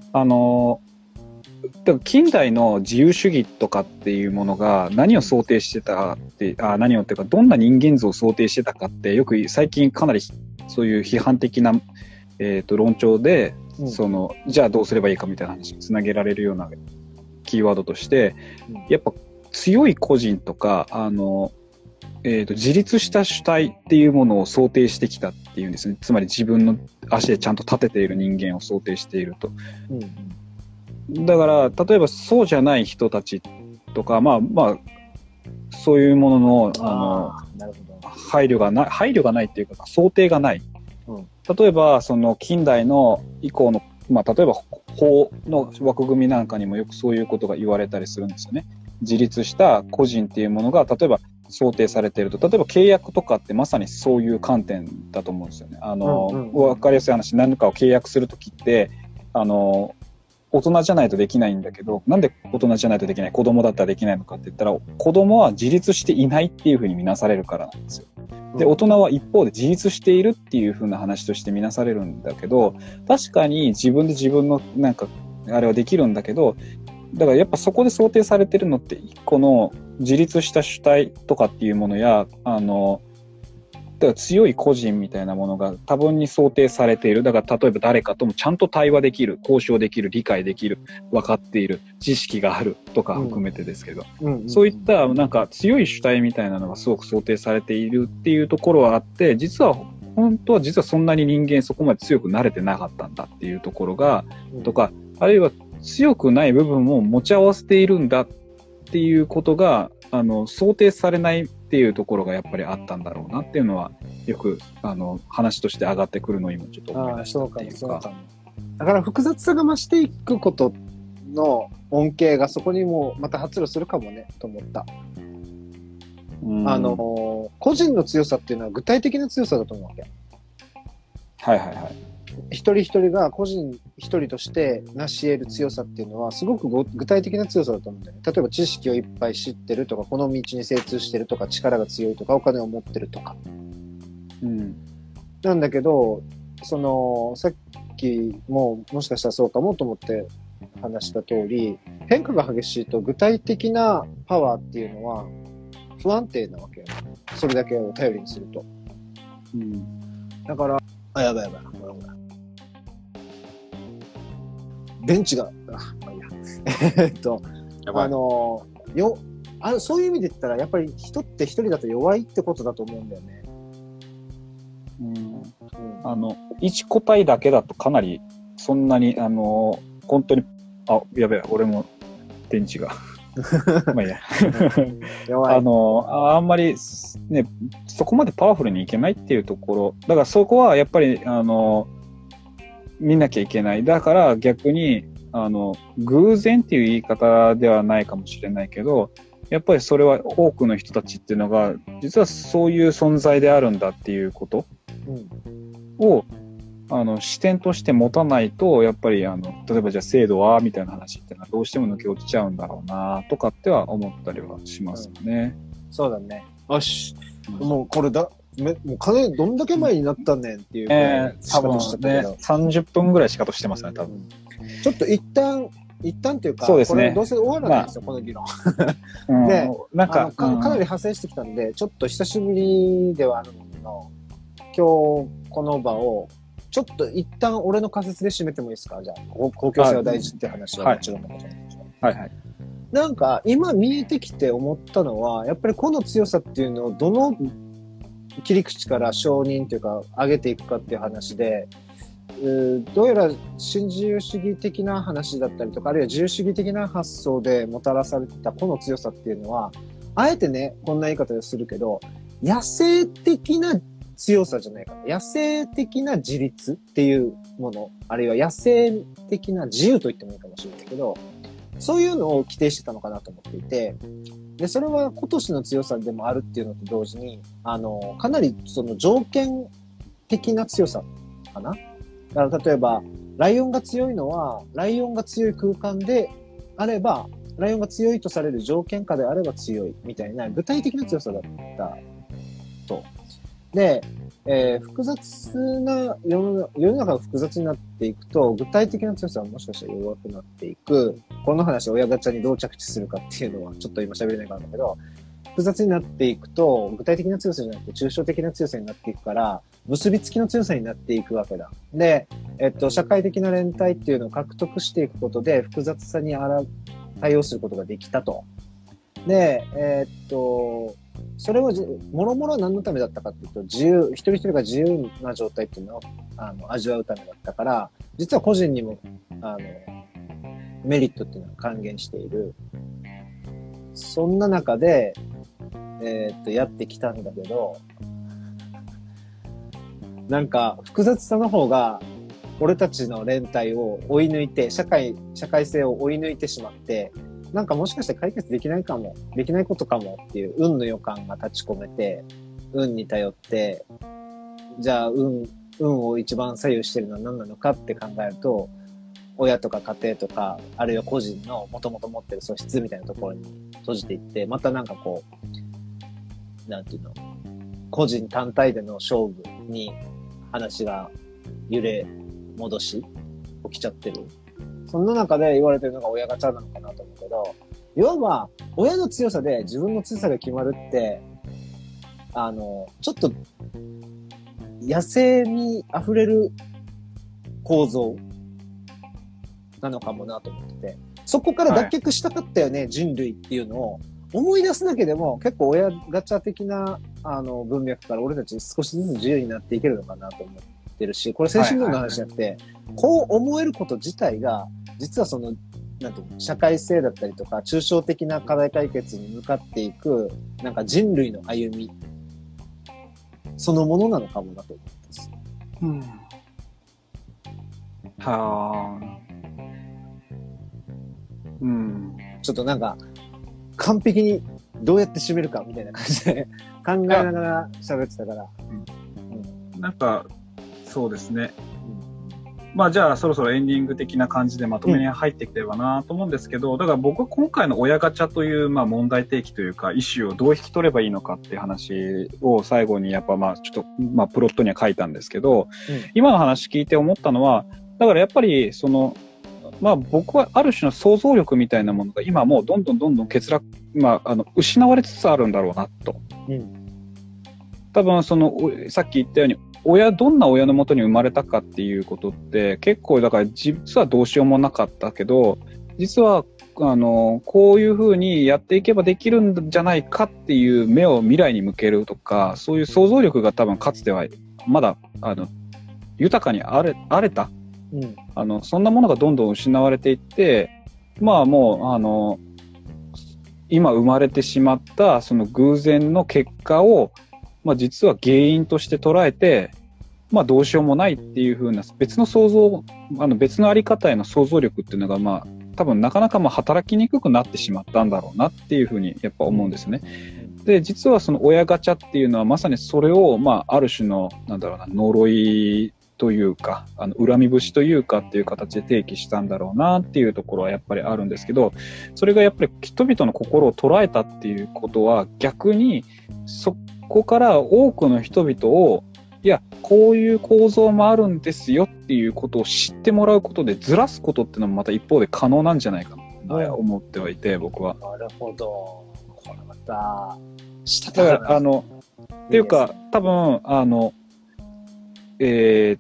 Speaker 2: でも近代の自由主義とかっていうものが何を想定してたって、何をっていうか、どんな人間像を想定してたかって、よく最近かなりそういう批判的な、論調で、じゃあどうすればいいかみたいな話につなげられるようなキーワードとして、やっぱ強い個人とか、自立した主体っていうものを想定してきたっていうんですね。つまり自分の足でちゃんと立てている人間を想定していると。だから、例えばそうじゃない人たちとか、そういうものの、配慮がないっていうか、想定がない。例えば、その近代の以降の、例えば法の枠組みなんかにもよくそういうことが言われたりするんですよね。自立した個人っていうものが、例えば想定されていると、例えば契約とかってまさにそういう観点だと思うんですよね。わかりやすい話、何かを契約するときって、大人じゃないとできないんだけど、なんで大人じゃないとできない、子供だったらできないのかって言ったら、子供は自立していないっていうふうに見なされるからなんですよ。で、大人は一方で自立しているっていうふうな話として見なされるんだけど、確かに自分で自分のなんか、あれはできるんだけど、だからやっぱそこで想定されてるのって、一個の自立した主体とかっていうものや、だから強い個人みたいなものが多分に想定されている。だから例えば誰かともちゃんと対話できる、交渉できる、理解できる、分かっている、知識があるとか含めてですけど、そういったなんか強い主体みたいなのがすごく想定されているっていうところはあって、本当はそんなに人間そこまで強くなれてなかったんだっていうところが、とか、あるいは強くない部分を持ち合わせているんだっていうことが、想定されないっていうところがやっぱりあったんだろうなっていうのは、よく、話として上がってくるのを今ちょっと思い出したっていうか。
Speaker 3: そうかも。だから複雑さが増していくことの恩恵がそこにもまた発露するかもね、と思った。個人の強さっていうのは具体的な強さだと思うわけ。
Speaker 2: はいはいはい。
Speaker 3: 一人一人が個人一人として成し得る強さっていうのはすごく具体的な強さだと思うんだよね。例えば知識をいっぱい知ってるとか、この道に精通してるとか、力が強いとか、お金を持ってるとか。なんだけど、さっきもしかしたらそうかもと思って話した通り、変化が激しいと具体的なパワーっていうのは不安定なわけよ。それだけを頼りにすると。だから、やばい。ほら。電池が、まあいいや。そういう意味で言ったら、やっぱり人って一人だと弱いってことだと思うんだよね。
Speaker 2: 一個体だけだとかなりそんなに、本当に、やべえ、俺も電池が。まあいいや。
Speaker 3: 弱い。
Speaker 2: あんまり、ね、そこまでパワフルにいけないっていうところ。だからそこはやっぱり、見なきゃいけない。だから逆に、偶然っていう言い方ではないかもしれないけど、やっぱりそれは多くの人たちっていうのが、実はそういう存在であるんだっていうことを、視点として持たないと、やっぱり例えばじゃあ制度はみたいな話っていうのはどうしても抜け落ちちゃうんだろうなとかっては思ったりはしますよね。
Speaker 3: そうだね。よし。もうこれもう金どんだけ前になったねんっていう。
Speaker 2: 多分ね、30分ぐらいしかとしてますね、多分。
Speaker 3: ちょっと一旦っていうか、
Speaker 2: そうですね。
Speaker 3: これどうせ終わらないんですよ、この議論。で、なんかかなり派生してきたんで、ちょっと久しぶりではあるの、今日この場を、ちょっと一旦俺の仮説で締めてもいいですか？じゃあ、公共性は大事って話はもちろんのことなんですよ。
Speaker 2: はいはい。
Speaker 3: なんか、今見えてきて思ったのは、やっぱりこの強さっていうのをどの切り口から承認というか、上げていくかっていう話で、どうやら新自由主義的な話だったりとか、あるいは自由主義的な発想でもたらされてたこの強さっていうのは、あえてね、こんな言い方でするけど、野生的な強さじゃないかな。野生的な自立っていうもの、あるいは野生的な自由と言ってもいいかもしれないけど、そういうのを規定してたのかなと思っていて、で、それは今年の強さでもあるっていうのと同時に、かなりその条件的な強さかな。だから例えば、ライオンが強いのは、ライオンが強い空間であれば、ライオンが強いとされる条件下であれば強いみたいな具体的な強さだったと。で、複雑な世の中が複雑になっていくと、具体的な強さはもしかしたら弱くなっていく。この話、親ガチャにどう着地するかっていうのは、ちょっと今喋れないからだけど、複雑になっていくと、具体的な強さじゃなくて抽象的な強さになっていくから、結びつきの強さになっていくわけだ。で、社会的な連帯っていうのを獲得していくことで、複雑さに対応することができたと。で、それをもろもろ何のためだったかっていうと、一人一人が自由な状態っていうのを味わうためだったから、実は個人にもメリットっていうのは還元している。そんな中で、やってきたんだけど、なんか複雑さの方が俺たちの連帯を追い抜いて、社会性を追い抜いてしまって、なんかもしかして解決できないことかもっていう運の予感が立ち込めて、運に頼って、じゃあ運を一番左右してるのは何なのかって考えると、親とか家庭とか、あるいは個人の元々持ってる素質みたいなところに閉じていって、またなんかこう、なんていうの、個人単体での勝負に話が揺れ戻し起きちゃってる。そんな中で言われてるのが親ガチャなのかなと思うけど、いわば親の強さで自分の強さが決まるって、ちょっと野生味溢れる構造なのかもなと思ってて、そこから脱却したかったよね、はい、人類っていうのを思い出すだけでも結構親ガチャ的な文脈から俺たち少しずつ自由になっていけるのかなと思ってるし、これ精神論の話じゃなくて、こう思えること自体が実はそのなんていうの、社会性だったりとか抽象的な課題解決に向かっていくなんか人類の歩みそのものなのかもなと思います。うん。
Speaker 2: はあ。うん。
Speaker 3: ちょっとなんか完璧にどうやって締めるかみたいな感じで考えながら喋ってたから。
Speaker 2: なんかそうですね。まあじゃあそろそろエンディング的な感じでまとめに入ってきればなと思うんですけど、だから僕は今回の親ガチャというまあ問題提起というかイシューをどう引き取ればいいのかっていう話を最後にやっぱまあちょっとまあプロットには書いたんですけど、今の話聞いて思ったのは、だからやっぱりそのまあ僕はある種の想像力みたいなものが今もうどんどん欠落、まあ失われつつあるんだろうなと。多分そのさっき言ったようにどんな親の元に生まれたかっていうことって結構だから実はどうしようもなかったけど、実はこういうふうにやっていけばできるんじゃないかっていう目を未来に向けるとか、そういう想像力が多分かつてはまだ豊かにあれたそんなものがどんどん失われていって、まあもう、今生まれてしまったその偶然の結果を、まあ実は原因として捉えて、まあどうしようもないっていう風な別の想像、別のあり方への想像力っていうのがまあ多分なかなかまあ働きにくくなってしまったんだろうなっていう風にやっぱ思うんですね。で、実はその親ガチャっていうのはまさにそれをまあある種のなんだろうな、呪いというか、恨み節というかっていう形で提起したんだろうなっていうところはやっぱりあるんですけど、それがやっぱり人々の心を捉えたっていうことは逆にそこから多くの人々をいや、こういう構造もあるんですよっていうことを知ってもらうことでずらすことっていうのもまた一方で可能なんじゃないかな思ってはいて、僕は。
Speaker 3: なるほど。これまた、
Speaker 2: だから、っていうか、多分、言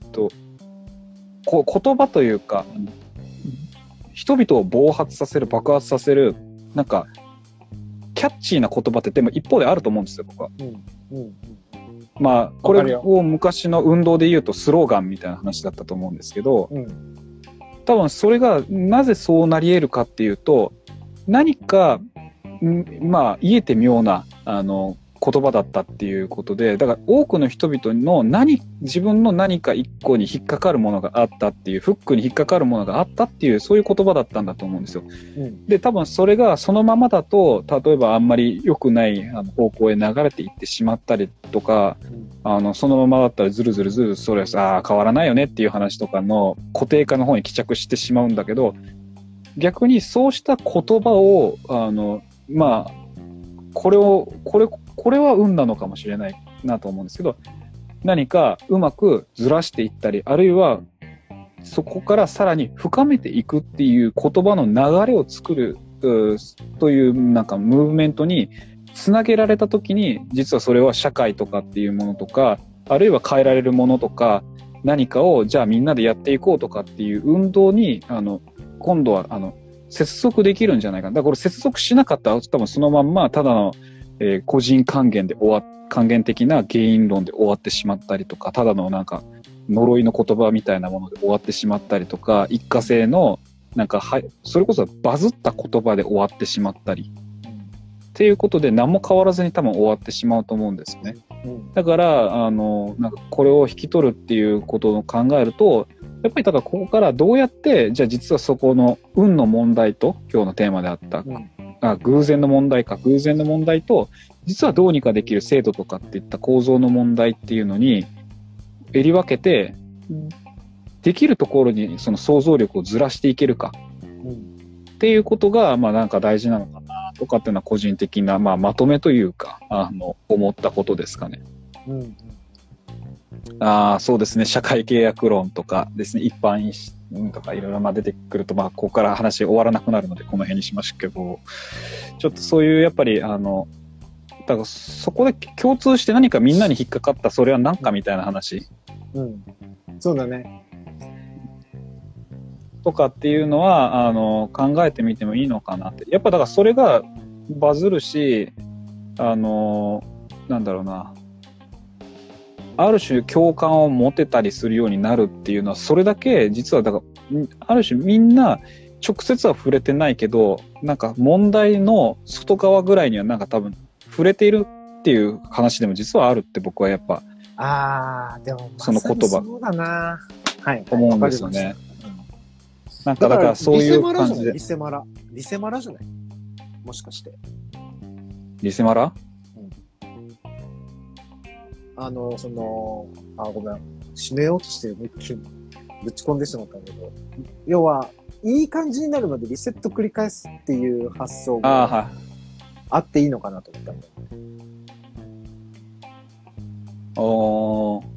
Speaker 2: 葉というか、人々を暴発させる、爆発させる、なんか、キャッチーな言葉ってでも一方であると思うんですよ、僕は。まあ、これを昔の運動で言うとスローガンみたいな話だったと思うんですけど、多分それがなぜそうなり得るかっていうと、何か、まあ、言えて妙な、言葉だったっていうことで、だから多くの人々の自分の何か一個に引っかかるものがあったっていう、フックに引っかかるものがあったっていう、そういう言葉だったんだと思うんですよ。で、多分それがそのままだと、例えばあんまり良くない方向へ流れていってしまったりとか、そのままだったらずるずるそれさ、変わらないよねっていう話とかの固定化の方に帰着してしまうんだけど、逆にそうした言葉を、まあ、これは運なのかもしれないなと思うんですけど、何かうまくずらしていったり、あるいはそこからさらに深めていくっていう言葉の流れを作るというなんかムーブメントにつなげられたときに、実はそれは社会とかっていうものとか、あるいは変えられるものとか、何かをじゃあみんなでやっていこうとかっていう運動に、今度は接続できるんじゃないかな。だからこれ接続しなかったら多分そのまんまただの個人還元的な原因論で終わってしまったりとか、ただのなんか呪いの言葉みたいなもので終わってしまったりとか、一過性のなんかそれこそバズった言葉で終わってしまったりっていうことで何も変わらずに多分終わってしまうと思うんですね。だからなんかこれを引き取るっていうことを考えると、やっぱりだからここからどうやってじゃあ実はそこの運の問題と今日のテーマであった、偶然の問題と実はどうにかできる制度とかっていった構造の問題っていうのに襟分けて、できるところにその想像力をずらしていけるかっていうことがまあなんか大事なのかなとかっていうのは個人的なまあまとめというか思ったことですかね。そうですね。社会契約論とかですね、一般とかいろいろまあ出てくると、まあここから話終わらなくなるのでこの辺にしましたけど、ちょっとそういうやっぱりだからそこで共通して何かみんなに引っかかったそれは何かみたいな話、
Speaker 3: そうだね。
Speaker 2: とかっていうのは考えてみてもいいのかなって。やっぱだからそれがバズるし、なんだろうな。ある種共感を持てたりするようになるっていうのは、それだけ実はだからある種みんな直接は触れてないけど、なんか問題の外側ぐらいにはなんか多分触れているっていう話でも実はあるって僕はやっぱ
Speaker 3: でも
Speaker 2: その言葉
Speaker 3: そうだな、
Speaker 2: 思うんですよね。なんかだからそういう感じで。
Speaker 3: リセマラじゃない？もしかして。
Speaker 2: リセマラ？
Speaker 3: ごめん。締めようとして一気にぶち込んでしまったんだけど。要は、いい感じになるまでリセット繰り返すっていう発想があっていいのかなと思ったんだよね。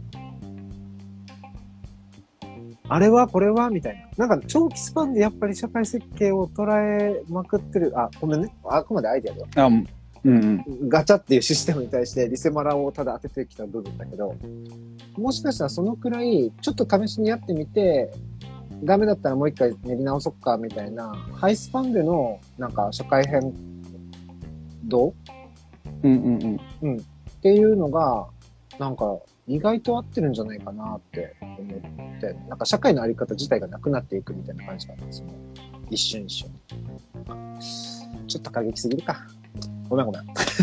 Speaker 3: あれはこれはみたいな。なんか長期スパンでやっぱり社会設計を捉えまくってる。ごめんね。あくまでアイデアだよ。ガチャっていうシステムに対してリセマラをただ当ててきた部分だけど、もしかしたらそのくらいちょっと試しにやってみて、ダメだったらもう一回練り直そっかみたいなハイスパンでのなんか社会変動っていうのがなんか意外と合ってるんじゃないかなって思って、なんか社会のあり方自体がなくなっていくみたいな感じなんですよね。一瞬一瞬。ちょっと過激すぎるか。ごめん。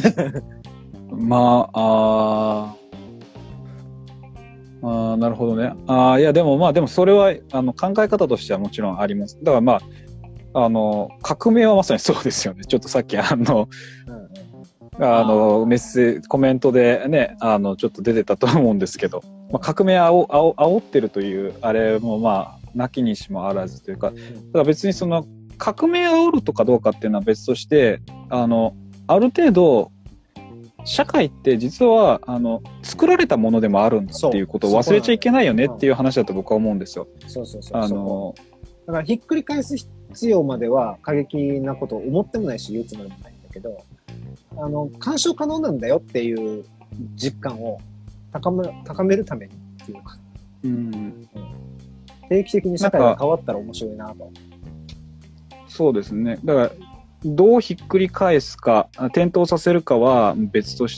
Speaker 2: まあ、なるほどね。いや、でもそれは、考え方としてはもちろんあります。だから革命はまさにそうですよね。ちょっとさっきコメントでね、ちょっと出てたと思うんですけど、革命煽ってるという、あれもなきにしもあらずというか、だから別にその、革命煽るとかどうかっていうのは別として、ある程度、社会って実は、作られたものでもあるんだっていうことを忘れちゃいけないよねっていう話だと僕は思うんですよ。
Speaker 3: そう。だからひっくり返す必要までは過激なことを思ってもないし言うつもりもないんだけど、干渉可能なんだよっていう実感を高めるためにっていうか、定期的に社会が変わったら面白いなと。
Speaker 2: そうですね。だからどうひっくり返すか、転倒させるかは別として、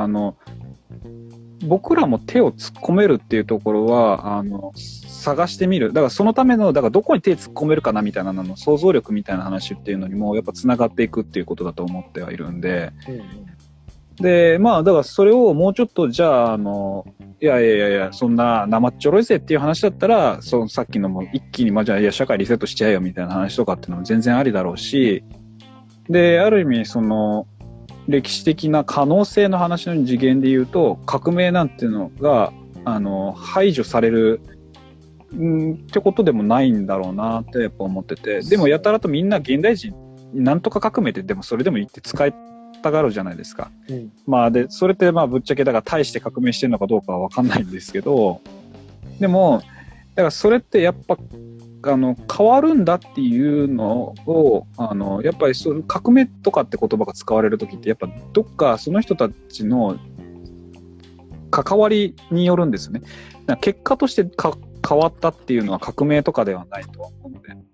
Speaker 2: 僕らも手を突っ込めるっていうところは、探してみる。だからそのための、だからどこに手突っ込めるかなみたいなの、想像力みたいな話っていうのにもやっぱ繋がっていくっていうことだと思ってはいるんで、で、だからそれをもうちょっと、じゃあ、いや、そんな生っちょろいぜっていう話だったら、さっきのも一気に、じゃあ、社会リセットしちゃえよみたいな話とかっていうのも全然ありだろうし、で、ある意味、歴史的な可能性の話の次元で言うと、革命なんていうのが、排除される、ってことでもないんだろうなってやっぱ思ってて、でもやたらとみんな現代人、なんとか革命ってでもそれでも言って使いたがるじゃないですか。で、それってぶっちゃけだから大して革命してるのかどうかはわかんないんですけど、でも、だからそれってやっぱ、変わるんだっていうのを、やっぱり革命とかって言葉が使われるときって、やっぱどっかその人たちの関わりによるんですよね。結果として変わったっていうのは革命とかではないとは思うので。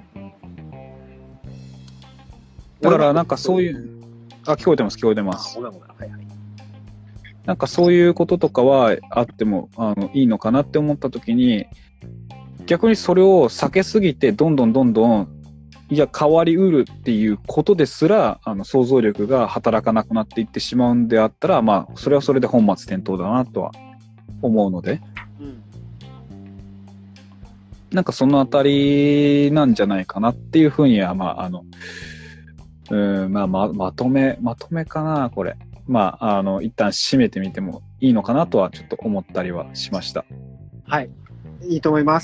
Speaker 2: だからなんかそういう、聞こえてます。なんかそういうこととかはあってもいいのかなって思ったときに、逆にそれを避けすぎてどんどん変わりうるっていうことですら想像力が働かなくなっていってしまうんであったら、それはそれで本末転倒だなとは思うので、なんかそのあたりなんじゃないかなっていうふうにはまとめかなこれ。一旦締めてみてもいいのかなとはちょっと思ったりはしました。
Speaker 3: はい。いいと思います。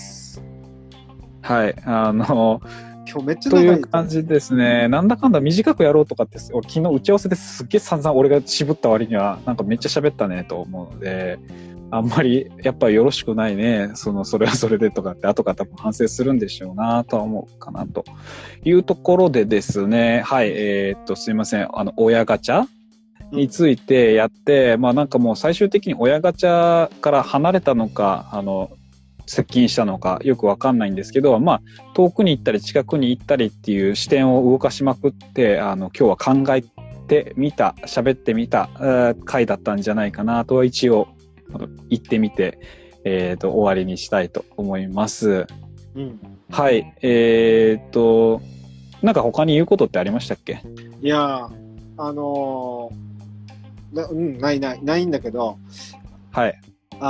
Speaker 2: はい。
Speaker 3: 今日めっちゃ
Speaker 2: という感じですね。なんだかんだ短くやろうとかって、昨日打ち合わせですっげえ散々俺が渋った割には、なんかめっちゃ喋ったねと思うので、あんまりやっぱりよろしくないね。それはそれでとかって、後から多分反省するんでしょうなとは思うかなというところでですね。はい。すいません。親ガチャについてやって、なんかもう最終的に親ガチャから離れたのか、接近したのかよくわかんないんですけど、遠くに行ったり近くに行ったりっていう視点を動かしまくって、今日は考えてみた、喋ってみた回だったんじゃないかなとは一応言ってみて、終わりにしたいと思います。はい。なんか他に言うことってありましたっけ？
Speaker 3: いやないんだけど、
Speaker 2: はい。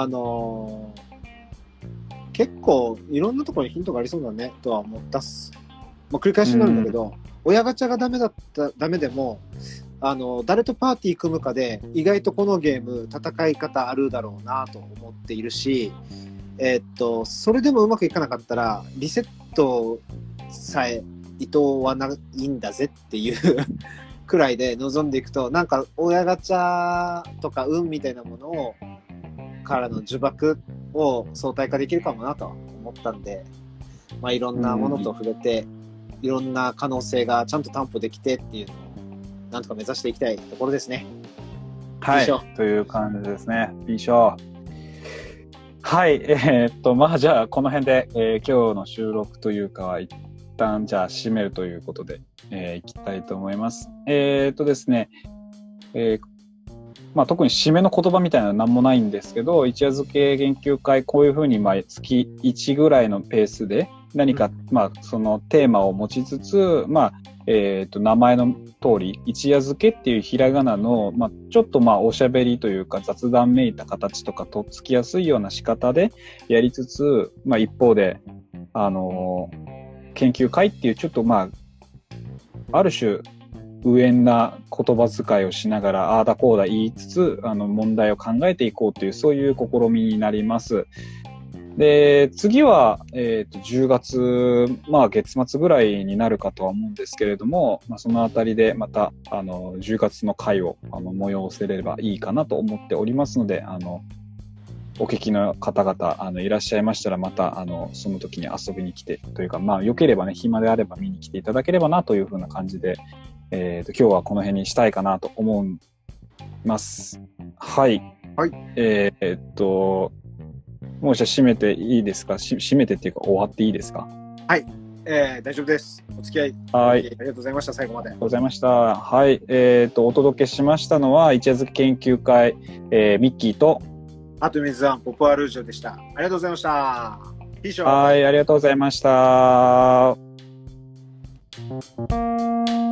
Speaker 3: 結構いろんなところにヒントがありそうだねとは思ったっす。繰り返しになるんだけど、親ガチャがダメでも、誰とパーティー組むかで意外とこのゲーム戦い方あるだろうなと思っているし、それでもうまくいかなかったらリセットさえ伊藤はないんだぜっていうくらいで臨んでいくと、なんか親ガチャとか運みたいなものをからの呪縛を相対化できるかもなと思ったんで、いろんなものと触れて、いろんな可能性がちゃんと担保できてっていうのをなんとか目指していきたいところですね。
Speaker 2: はい。という感じですね。いいしょ。はい。じゃあこの辺で、今日の収録というかは一旦じゃあ締めるということで、いきたいと思います。ですね、 まあ、特に締めの言葉みたいなのは何もないんですけど、一夜漬け研究会、こういうふうに、まあ、月1ぐらいのペースで、何か、まあ、そのテーマを持ちつつ、まあ、名前の通り、一夜漬けっていうひらがなの、まあ、ちょっとまあ、おしゃべりというか雑談めいた形とかとっつきやすいような仕方でやりつつ、まあ、一方で、研究会っていうちょっとまあ、ある種、無縁な言葉遣いをしながら、ああだこうだ言いつつ、問題を考えていこうという、そういう試みになります。で、次は、10月、まあ月末ぐらいになるかとは思うんですけれども、まあそのあたりでまた、10月の会を、催せればいいかなと思っておりますので、お聞きの方々、いらっしゃいましたら、また、その時に遊びに来て、というか、まあ、良ければね、暇であれば見に来ていただければな、というふうな感じで、今日はこの辺にしたいかなと思います。はい。
Speaker 3: はい。
Speaker 2: もうじゃあ閉めていいですか？閉めてっていうか終わっていいですか？
Speaker 3: はい。大丈夫です。お付き合い。
Speaker 2: はい。
Speaker 3: ありがとうございました。最後まで。
Speaker 2: ありがとうございました。はい。お届けしましたのは、一夜漬け研究会、ミッキーと、
Speaker 3: あと水さん、ポポアルージョでした。ありがとうございました。ピーショー。
Speaker 2: はい、ありがとうございました。